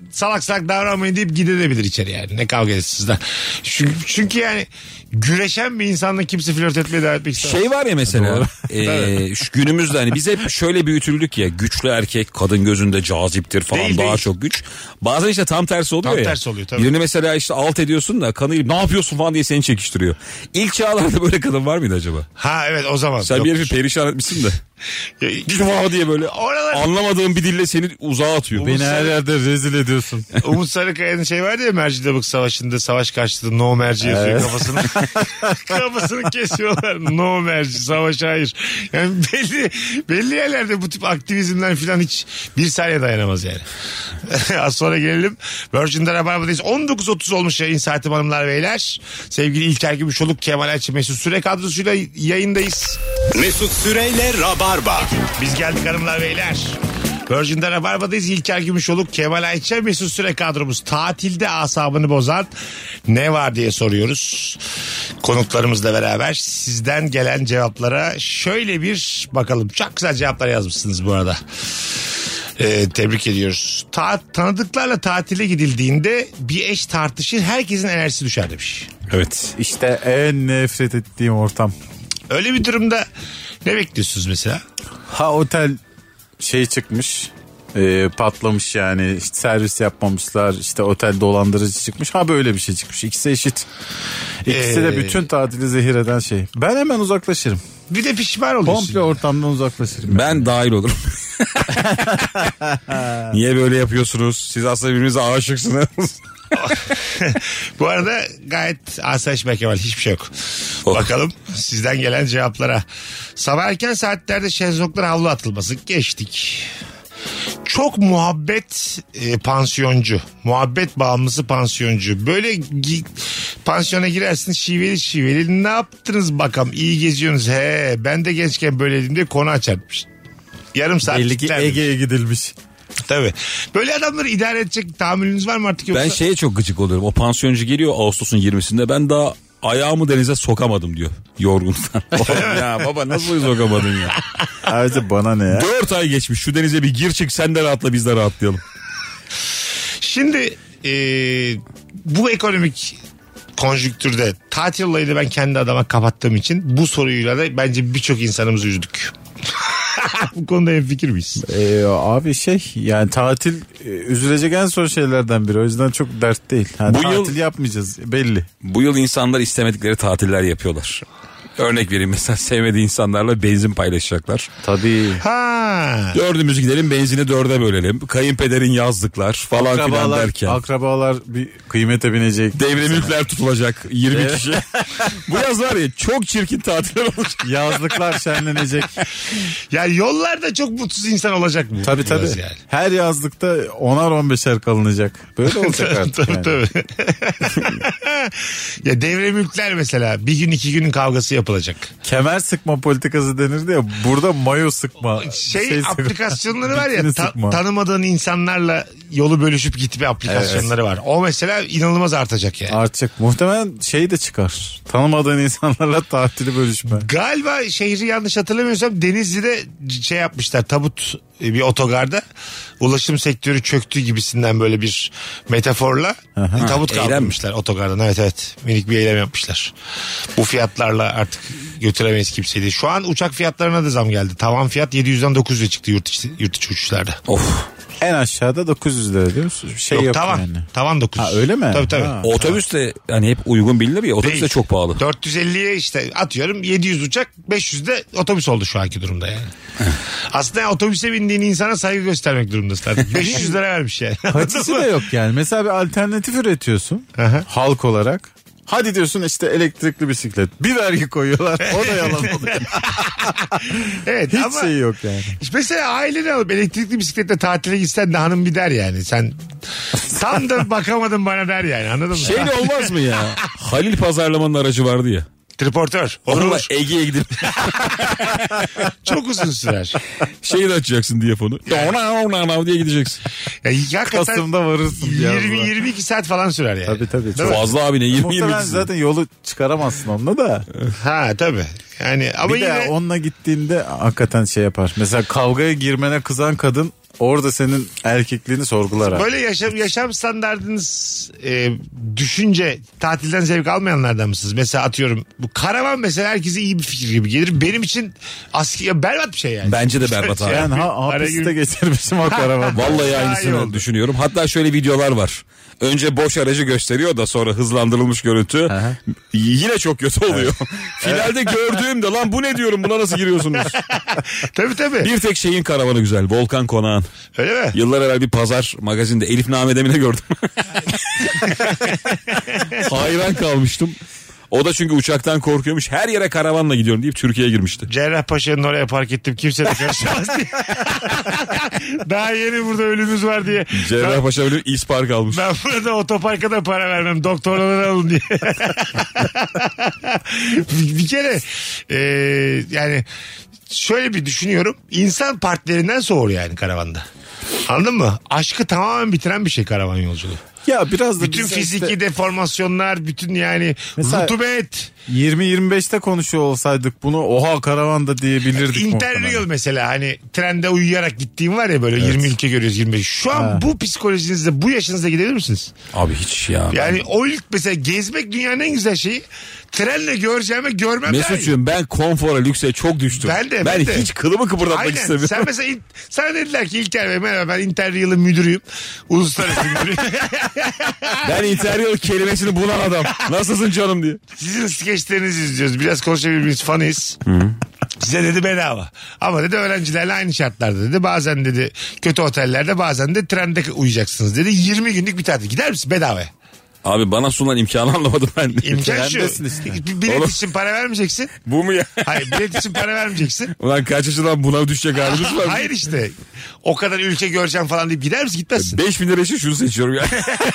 salak salak davranmayın deyip gidebilir içeri yani. Ne kavga etsizden. Çünkü, çünkü yani güreşen bir insanla kimse flört etmeye devam etmek istemez. Şey var ya mesela e, şu günümüzde hani biz hep şöyle büyütüldük ya, güçlü erkek kadın gözünde caziptir falan, Değil, daha değil. çok güç. Bazen işte tam tersi oluyor Tam ya. tersi oluyor tabii. Birini mesela işte alt ediyorsun da kanı ne yapıyorsun falan diye seni çekiştiriyor. İlk çağlarda böyle kadın var mıydı acaba? Ha evet, o zaman. Sen yoktur. bir herifi perişan etmişsin de. Git falan diye böyle Oralar- anlamadığın bir dille seni uzağa atıyor. Beni her yerde rezil ediyorsun. Umut Sarıkaya'nın şey vardı ya, Mercidabık Savaşı'nda savaş karşıtı no merci yazıyor Evet. kafasını. Kafasını kesiyorlar. No merci, savaş hayır. Yani belli belli yerlerde bu tip aktivizmler falan hiç bir saniye dayanamaz yani. Az sonra gelelim. Virgin'de Rabarba'dayız. on dokuz otuz olmuş yayın saati hanımlar beyler. Sevgili İlker Gümüşoluk, Kemal Ayçi, Mesut Süre kadrosuyla yayındayız. Mesut Süreyle Rabarba. Biz geldik hanımlar beyler. Virgin'de Rabarba'dayız. İlker Gümüşoluk, Kemal Ayça, Mesut Süre kadromuz. Tatilde asabını bozan ne var diye soruyoruz. Konuklarımızla beraber sizden gelen cevaplara şöyle bir bakalım. Çok güzel cevaplar yazmışsınız bu arada. Ee, tebrik ediyoruz. Ta- tanıdıklarla tatile gidildiğinde bir eş tartışır, herkesin enerjisi düşer demiş. Evet. İşte en nefret ettiğim ortam. Öyle bir durumda ne bekliyorsunuz mesela? Ha otel şey çıkmış, e, patlamış yani, işte servis yapmamışlar, işte otel dolandırıcı çıkmış, ha böyle bir şey çıkmış, ikisi eşit, ikisi Ee... de bütün tatili zehir eden şey. Ben hemen uzaklaşırım, Bir de pişman oluyorsun. komple ortamdan uzaklaşırım. Ben dahil olurum. Niye böyle yapıyorsunuz? Siz aslında birbirinize aşıksınız. Bu arada gayet asayiş be Kemal, hiçbir şey yok. Oh. Bakalım sizden gelen cevaplara. Sabah erken saatlerde şezlonglara havlu atılması, geçtik. Çok muhabbet e, pansiyoncu, muhabbet bağımlısı pansiyoncu. Böyle gi- pansiyona girersin şiveli şiveli, ne yaptınız bakalım, iyi geziyorsunuz, he ben de gençken böyleydim diye konu açarmış. Yarım saat. Belli ki kitlermiş. Ege'ye gidilmiş. Tabii. Böyle adamları idare edecek tahammülünüz var mı artık yoksa? Ben şeye çok gıcık oluyorum. O pansiyoncu geliyor Ağustos'un yirmisinde. Ben daha ayağımı denize sokamadım diyor. Yorgunluktan. Ya baba nasıl sokamadın ya? Ayrıca bana ne ya? Dört ay geçmiş. Şu denize bir gir çık, sen de rahatla biz de rahatlayalım. Şimdi e, bu ekonomik konjüktürde tatil olayını ben kendi adıma kapattığım için bu soruyla da bence birçok insanımızı üzdük. Bu konuda hemfikir miyiz? Ee, abi şey yani tatil e, üzülecek en son şeylerden biri, o yüzden çok dert değil. Ha, Bu tatil yıl- yapmayacağız belli. Bu yıl insanlar istemedikleri tatiller yapıyorlar. Örnek vereyim, mesela sevmediği insanlarla benzin paylaşacaklar. Tabii. Ha. Dördümüz gidelim, benzini dörde bölelim. Kayınpederin yazdıklar falan filan Akrabalar, derken. akrabalar bir kıymete binecek. Devre mülkler tutulacak yirmi Evet. kişi. Bu yaz var ya çok çirkin tatiller olacak. Yazlıklar şenlenecek. Yani yollarda çok mutsuz insan olacak mı? Tabii tabii. Biraz yani. Her yazlıkta onar on beşer kalınacak. Böyle olacak artık Tabii, yani. tabii. Ya devre mülkler mesela bir gün iki günün kavgası yapılacak. Kemer sıkma politikası denirdi ya. Burada mayo sıkma. Şey, sıkma. aplikasyonları var ya, Bikini ta- sıkma. tanımadığın insanlarla yolu bölüşüp gitme aplikasyonları var. O mesela inanılmaz artacak yani. Artacak. Muhtemelen şey de çıkar. Tanımadığın insanlarla tatili bölüşme. Galiba şehri yanlış hatırlamıyorsam Denizli'de şey yapmışlar, tabut e, bir otogarda ulaşım sektörü çöktü gibisinden böyle bir metaforla Aha. tabut Eylem mi? kaldırmışlar otogardan. Evet evet, minik bir eylem yapmışlar. Bu fiyatlarla artık götüremeyiz kimseyi diye. Şu an uçak fiyatlarına da zam geldi. Tavan fiyat yedi yüzden dokuz yüze çıktı yurt içi, yurt içi uçuşlarda. Of. En aşağıda dokuz yüz lira diyor musun? Şey yok, yok tavan. yani. Tavan dokuz yüz. Ha, öyle mi? Tabii tabii. Ha. Otobüs de yani hep uygun bilinir ya, otobüs de Değil. çok pahalı. dört yüz elliye işte atıyorum, yedi yüz uçak, beş yüz de otobüs oldu şu anki durumda yani. Aslında otobüse bindiğin insana saygı göstermek durumundasın artık. beş yüz lira vermiş yani. Patisi de yok yani. Mesela bir alternatif üretiyorsun. Aha. Halk olarak. Hadi diyorsun işte elektrikli bisiklet. Bir vergi koyuyorlar. O da yalan oluyor. Evet Hiç ama şey yok yani. işte mesela aileni alıp elektrikli bisikletle tatile gitsen de hanım bir der yani. Sen tam da bakamadın bana der yani, anladın mı? Şeyle olmaz mı ya? Halil Pazarlama'nın aracı vardı ya. Triportör. Olur Onunla olur. Ege'ye gidip Çok uzun sürer. şeyi de açacaksın diyafonu. diye gideceksin. Ya, hakikaten Kasım'da varırsın. yirmi yirmi iki saat falan sürer yani. Tabii tabii. Değil mi? Fazla abi ne yirmi Muhtemelen yirmi. zaten yolu çıkaramazsın onunla da. Ha tabii. Yani ama Bir yine de onunla gittiğinde hakikaten şey yapar. Mesela kavgaya girmene kızan kadın orada senin erkekliğini sorgular abi. Böyle yaşam yaşam standartınız e, düşünce tatilden zevk almayanlardan mısınız? Mesela atıyorum bu karavan mesela herkese iyi bir fikir gibi gelir. Benim için aski berbat bir şey yani. Bence de berbat abi. Ben ha, hapiste geçirmişim o karavan. Vallahi Daha iyi aynısını oldu. düşünüyorum. Hatta şöyle videolar var. Önce boş aracı gösteriyor da sonra hızlandırılmış görüntü. Aha. Yine çok kötü oluyor. Finalde gördüğümde lan bu ne diyorum, buna nasıl giriyorsunuz? Tabii tabii. Bir tek şeyin karavanı güzel. Volkan Konağın. Öyle mi? Yıllar evvel bir pazar magazinde Elif Namedemine gördüm. Hayran kalmıştım. O da çünkü uçaktan korkuyormuş. Her yere karavanla gidiyorum deyip Türkiye'ye girmişti. Cerrahpaşa'nın oraya park ettim. Kimse de karışamaz diye. Daha yeni burada ölümümüz var diye. Cerrahpaşa böyle İspark almış. Ben burada otoparka da para vermem. Doktorları alın diye. bir, bir kere e, yani şöyle bir düşünüyorum. İnsan partilerinden soğur yani karavanda. Anladın mı? Aşkı tamamen bitiren bir şey karavan yolculuğu. Ya biraz da Bütün bize fiziki işte deformasyonlar, bütün yani Mesela- rutubet, yirmi yirmi beşte konuşuyor olsaydık bunu oha karavanda diyebilirdik. Interrail muhtemelen. mesela hani trende uyuyarak gittiğim var ya böyle yirmi ülke görüyoruz yirmi beş. Şu an Ha. bu psikolojinizde bu yaşınızda gidebilir misiniz? Abi hiç ya. Yani o ilk mesela gezmek dünyanın en güzel şeyi. Trenle göreceğime görmem daha iyi. Mesut'cuğum ben konfora, lükse çok düştüm. Ben de, Ben ben de. hiç kılımı kıpırdatmak Aynen. istemiyorum. Sen mesela in- sana dediler ki İlker Bey merhaba ben Interrail'in müdürüyüm. Uluslararası müdürüyüm. Ben interiyol kelimesini bulan adam. Nasılsın canım diye. Sizin skeçlerinizi izliyoruz. Biraz konuşabilir miyiz? Fanıyız. Size dedi bedava. Ama dedi öğrencilerle aynı şartlarda dedi. Bazen dedi kötü otellerde bazen de trende uyuyacaksınız dedi. yirmi günlük bir tatil. Gider misin bedavaya? Abi bana sunulan imkanı anlamadım ben. İmkan şu. Trendesin işte. Bir bilet Oğlum. için para vermeyeceksin. Bu mu ya? Hayır bilet için para vermeyeceksin. Ulan kaç yaşından buna düşecek halimiz var. Hayır işte. O kadar ülke göreceğim falan deyip gider misin? Gitmezsin. beş bin lira için şunu seçiyorum ya.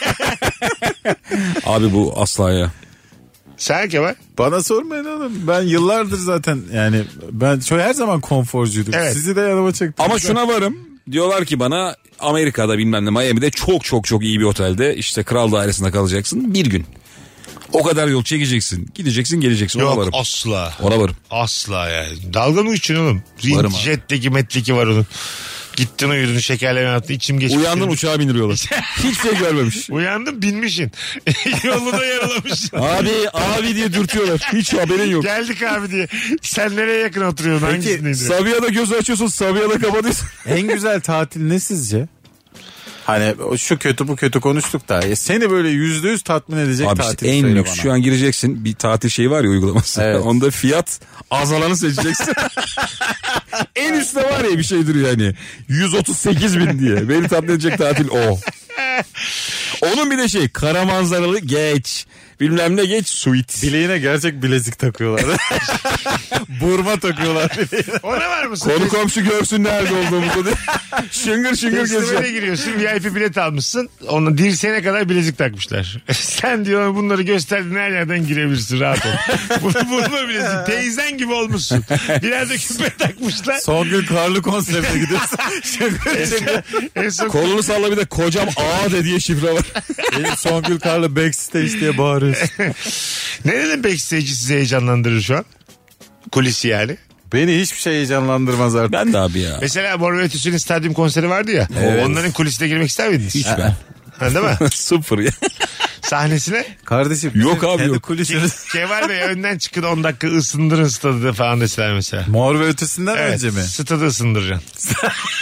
Abi bu asla ya. Sen Kemal? Bana sormayın oğlum. Ben yıllardır zaten yani ben şöyle her zaman konforcuydum. Evet. Sizi de yanıma çektim. Ama şuna varım. Diyorlar ki bana Amerika'da bilmem ne Miami'de çok çok çok iyi bir otelde işte kral dairesinde kalacaksın bir gün. O kadar yol çekeceksin. Gideceksin geleceksin. Ona Yok varım. asla. Ona varım. Asla yani. Dalga mı geçiyorsun oğlum? Varım abi. Jetteki metliki var onun. Gittin uyudun şekerleme attın içim geçmiş. Uyandın uçağa bindiriyorlar. Hiçbir şey görmemiş. Uyandın binmişsin. Yolunu yaralamışsın. Abi abi diye dürtüyorlar. Hiç haberin yok. Geldik abi diye. Sen nereye yakın oturuyorsun? Hangisindeydi? Sabiha'da gözü açıyorsun, Sabiha'da kapatıyorsun. En güzel tatil ne sizce? Hani o şu kötü bu kötü konuştuk da ya seni böyle yüzde yüz tatmin edecek Abi tatil işte en söyle lüks bana. şu an gireceksin bir tatil şeyi var ya uygulaması. Evet. Onda fiyat azalanı seçeceksin. En üstte var ya bir şeydir yani. yüz otuz sekiz bin diye. Beni tatmin edecek tatil o. Onun bir de şey kara manzaralı geç. Bilmem ne geç suite. Bileğine gerçek bilezik takıyorlar. Burma takıyorlar bileğine. Ona var mısın? Konu komşu görsün nerede olduğumuzu diye. Şıngır şıngır Festivale geziyor. giriyorsun V I P bilet almışsın. Ona dirseğine kadar bilezik takmışlar. Sen diyor bunları gösterdin her yerden girebilirsin rahat ol. Bunu bulma bilezik. Teyzen gibi olmuşsun. Biraz da küpe takmışlar. Son gün karlı konserine gidiyorsun. En son Kolunu salla bir de kocam A de diye şifre var. Benim Songül Karlı backstage diye bağırıyorsun. nerenin backstage'i sizi heyecanlandırır şu an? Kulisi yani. Beni hiçbir şey heyecanlandırmaz artık. Ben de abi ya. Mesela Mor ve Ötesi'nin stadyum konseri vardı ya. Evet. Onların kulisine girmek ister miydiniz? Hiç ben. Ha, değil mi? Sıfır ya. Sahnesine Kardeşim. Yok bizim abi, kendi yok. Kulisimiz. Kemal Bey önden çıkın on dakika ısındırın stadı falan deseler mesela. Mor ve Ötesi'nden Evet, önce mi? stadı ısındıracaksın.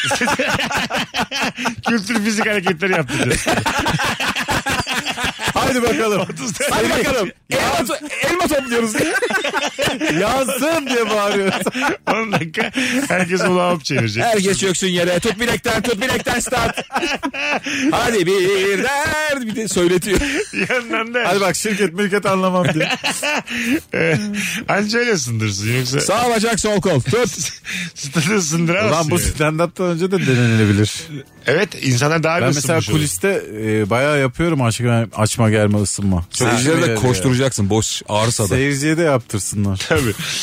Kültür fizik hareketleri yaptıracaksın. Hadi bakalım. Hadi bakalım. Elma, to- elma topluyoruz diye. Yansın diye bağırıyoruz. on dakika herkes onu alıp çevirecek. Herkes çöksün yere. Tut bilekten tut bilekten start. Hadi bir der bir de söyletiyor. Bir yandan da Hadi bak şirket mirket anlamam diye. anca öyle ısındırsın yoksa Sağ bacak sol kol. Tut. stadı ısındıramazsın. Ulan bu yani. stand-up'tan önce de denenilebilir. Evet insanlar daha bir Ben mesela ısınmış olur. kuliste e, bayağı yapıyorum açma, açma germe ısınma. Seyircileri de koşturacaksın boş ağrısa da. Seyirciye de yaptırsınlar. Tabii.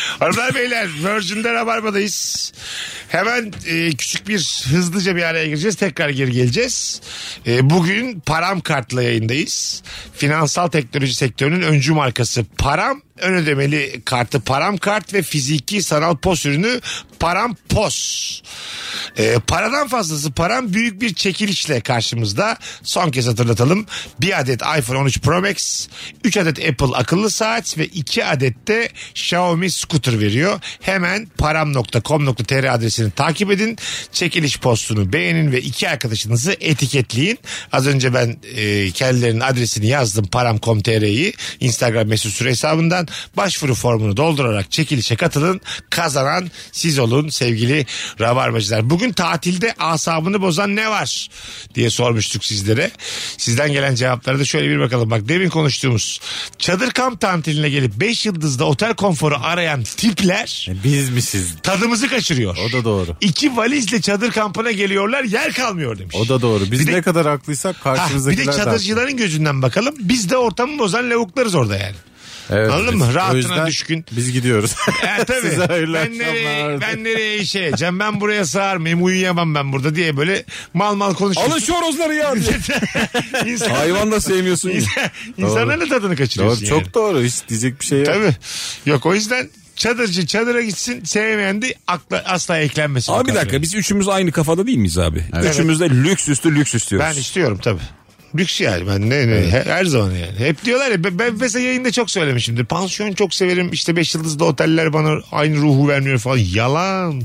Hanımlar beyler, Virgin'de Rabarba'dayız. Hemen e, küçük bir hızlıca bir araya gireceğiz. Tekrar geri geleceğiz. E, bugün Param Kart'la yayındayız. Finansal teknoloji sektörünün öncü markası Param. Ön ödemeli kartı Param Kart ve fiziki sanal pos ürünü Param Pos. Ee, paradan fazlası Param büyük bir çekilişle karşımızda. Son kez hatırlatalım. Bir adet iPhone on üç Pro Max, üç adet Apple akıllı saat ve iki adet de Xiaomi scooter veriyor. Hemen param nokta com nokta tr adresini takip edin. Çekiliş postunu beğenin ve iki arkadaşınızı etiketleyin. Az önce ben e, kendilerinin adresini yazdım, param nokta com nokta tr'yi Instagram mesut süre hesabından. Başvuru formunu doldurarak çekilişe katılın. Kazanan siz olun sevgili Rabarbacılar. Bugün tatilde asabını bozan ne var diye sormuştuk sizlere. Sizden gelen cevaplara da şöyle bir bakalım. Bak, demin konuştuğumuz çadır kamp tatiline gelip beş yıldızda otel konforu arayan tipler Biz misiniz? tadımızı kaçırıyor. O da doğru. İki valizle çadır kampına geliyorlar, yer kalmıyor demiş. O da doğru. Biz Bir de- ne kadar haklıysak Ha, bir karşımızdakiler de de haklı. çadırcıların gözünden bakalım. Biz de ortamı bozan lavuklarız orada yani. Evet, Anladın biz- mı? o Rahatına yüzden düşkün. Biz gidiyoruz. E, tabii. Size hayırlı ben nereye, akşamlar. ben nereye işe yiyeceğim? Ben buraya sığar mıyım? Uyuyamam ben burada diye böyle mal mal konuşuyorsun. Alın şu horozları ya. İnsan, Hayvan da sevmiyorsun ya. insanların da tadını Doğru, kaçırıyorsun yani. çok doğru. Hiç diyecek bir şey yok. Tabii. Yok, o yüzden çadırcı çadıra gitsin, sevmeyen de akla, asla eklenmesin. Abi bir dakika, biz üçümüz aynı kafada değil miyiz abi? Evet. Üçümüz de lüks üstü lüks istiyoruz. Ben istiyorum tabii. Lüks yani, ben ne, ne her, her zaman yani. Hep diyorlar ya, ben- ben mesela yayında çok söylemişimdir. Pansiyon çok severim, işte beş yıldızlı oteller bana aynı ruhu vermiyor falan. Yalan.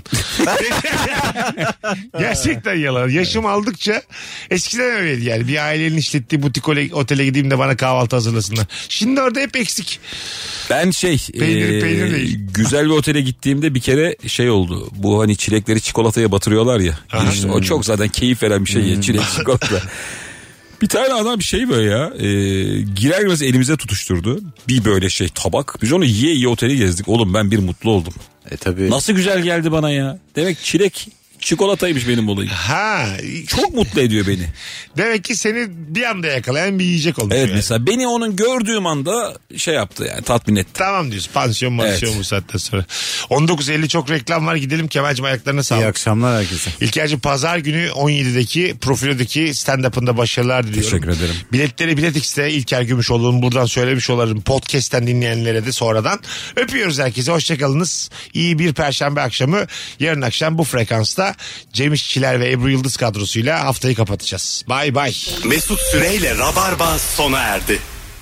Gerçekten yalan. Yaşım aldıkça eskiden öyleydi yani. Bir ailenin işlettiği butik ole- otele gideyim de bana kahvaltı hazırlasınlar. Şimdi orada hep eksik. Ben şey Peynir- e, peynir değil. güzel bir otele gittiğimde bir kere şey oldu. Bu hani çilekleri çikolataya batırıyorlar ya. İşte o çok zaten keyif veren bir şey ya, çilek çikolata. Bir tane adam bir şey böyle ya, e, girer girmez elimize tutuşturdu. Bir böyle şey tabak. Biz onu yiye yiye oteli gezdik. Oğlum ben bir mutlu oldum. E tabii. Nasıl güzel geldi bana ya. Demek çilek çikolataymış benim olayım. Ha, Çok mutlu ediyor beni. demek ki seni bir anda yakalayan bir yiyecek olmuş. Evet, yani. mesela beni onun gördüğüm anda şey yaptı yani, tatmin etti. Tamam diyorsun. Pansiyon mansiyon Evet. bu saatten sonra. on dokuz elli çok reklam var. Gidelim, Kemal'cim ayaklarına İyi sağlık. akşamlar herkese. İlker'cim pazar günü on yedideki Profilodaki stand-up'ında başarılar diliyorum. Teşekkür ederim. Biletleri Bilet X'te İlker Gümüşoğlu'nun buradan söylemiş olalım. Podcast'ten dinleyenlere de sonradan. Öpüyoruz herkese. Hoşçakalınız. İyi bir perşembe akşamı. Yarın akşam bu frekansta Cem İşçiler ve Ebru Yıldız kadrosuyla haftayı kapatacağız. Bay bay. Mesut Süreyle Rabarba sona erdi.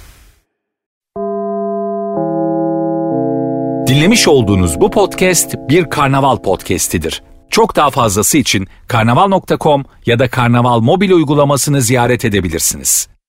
Dinlemiş olduğunuz bu podcast bir karnaval podcastidir. Çok daha fazlası için karnaval nokta com ya da karnaval mobil uygulamasını ziyaret edebilirsiniz.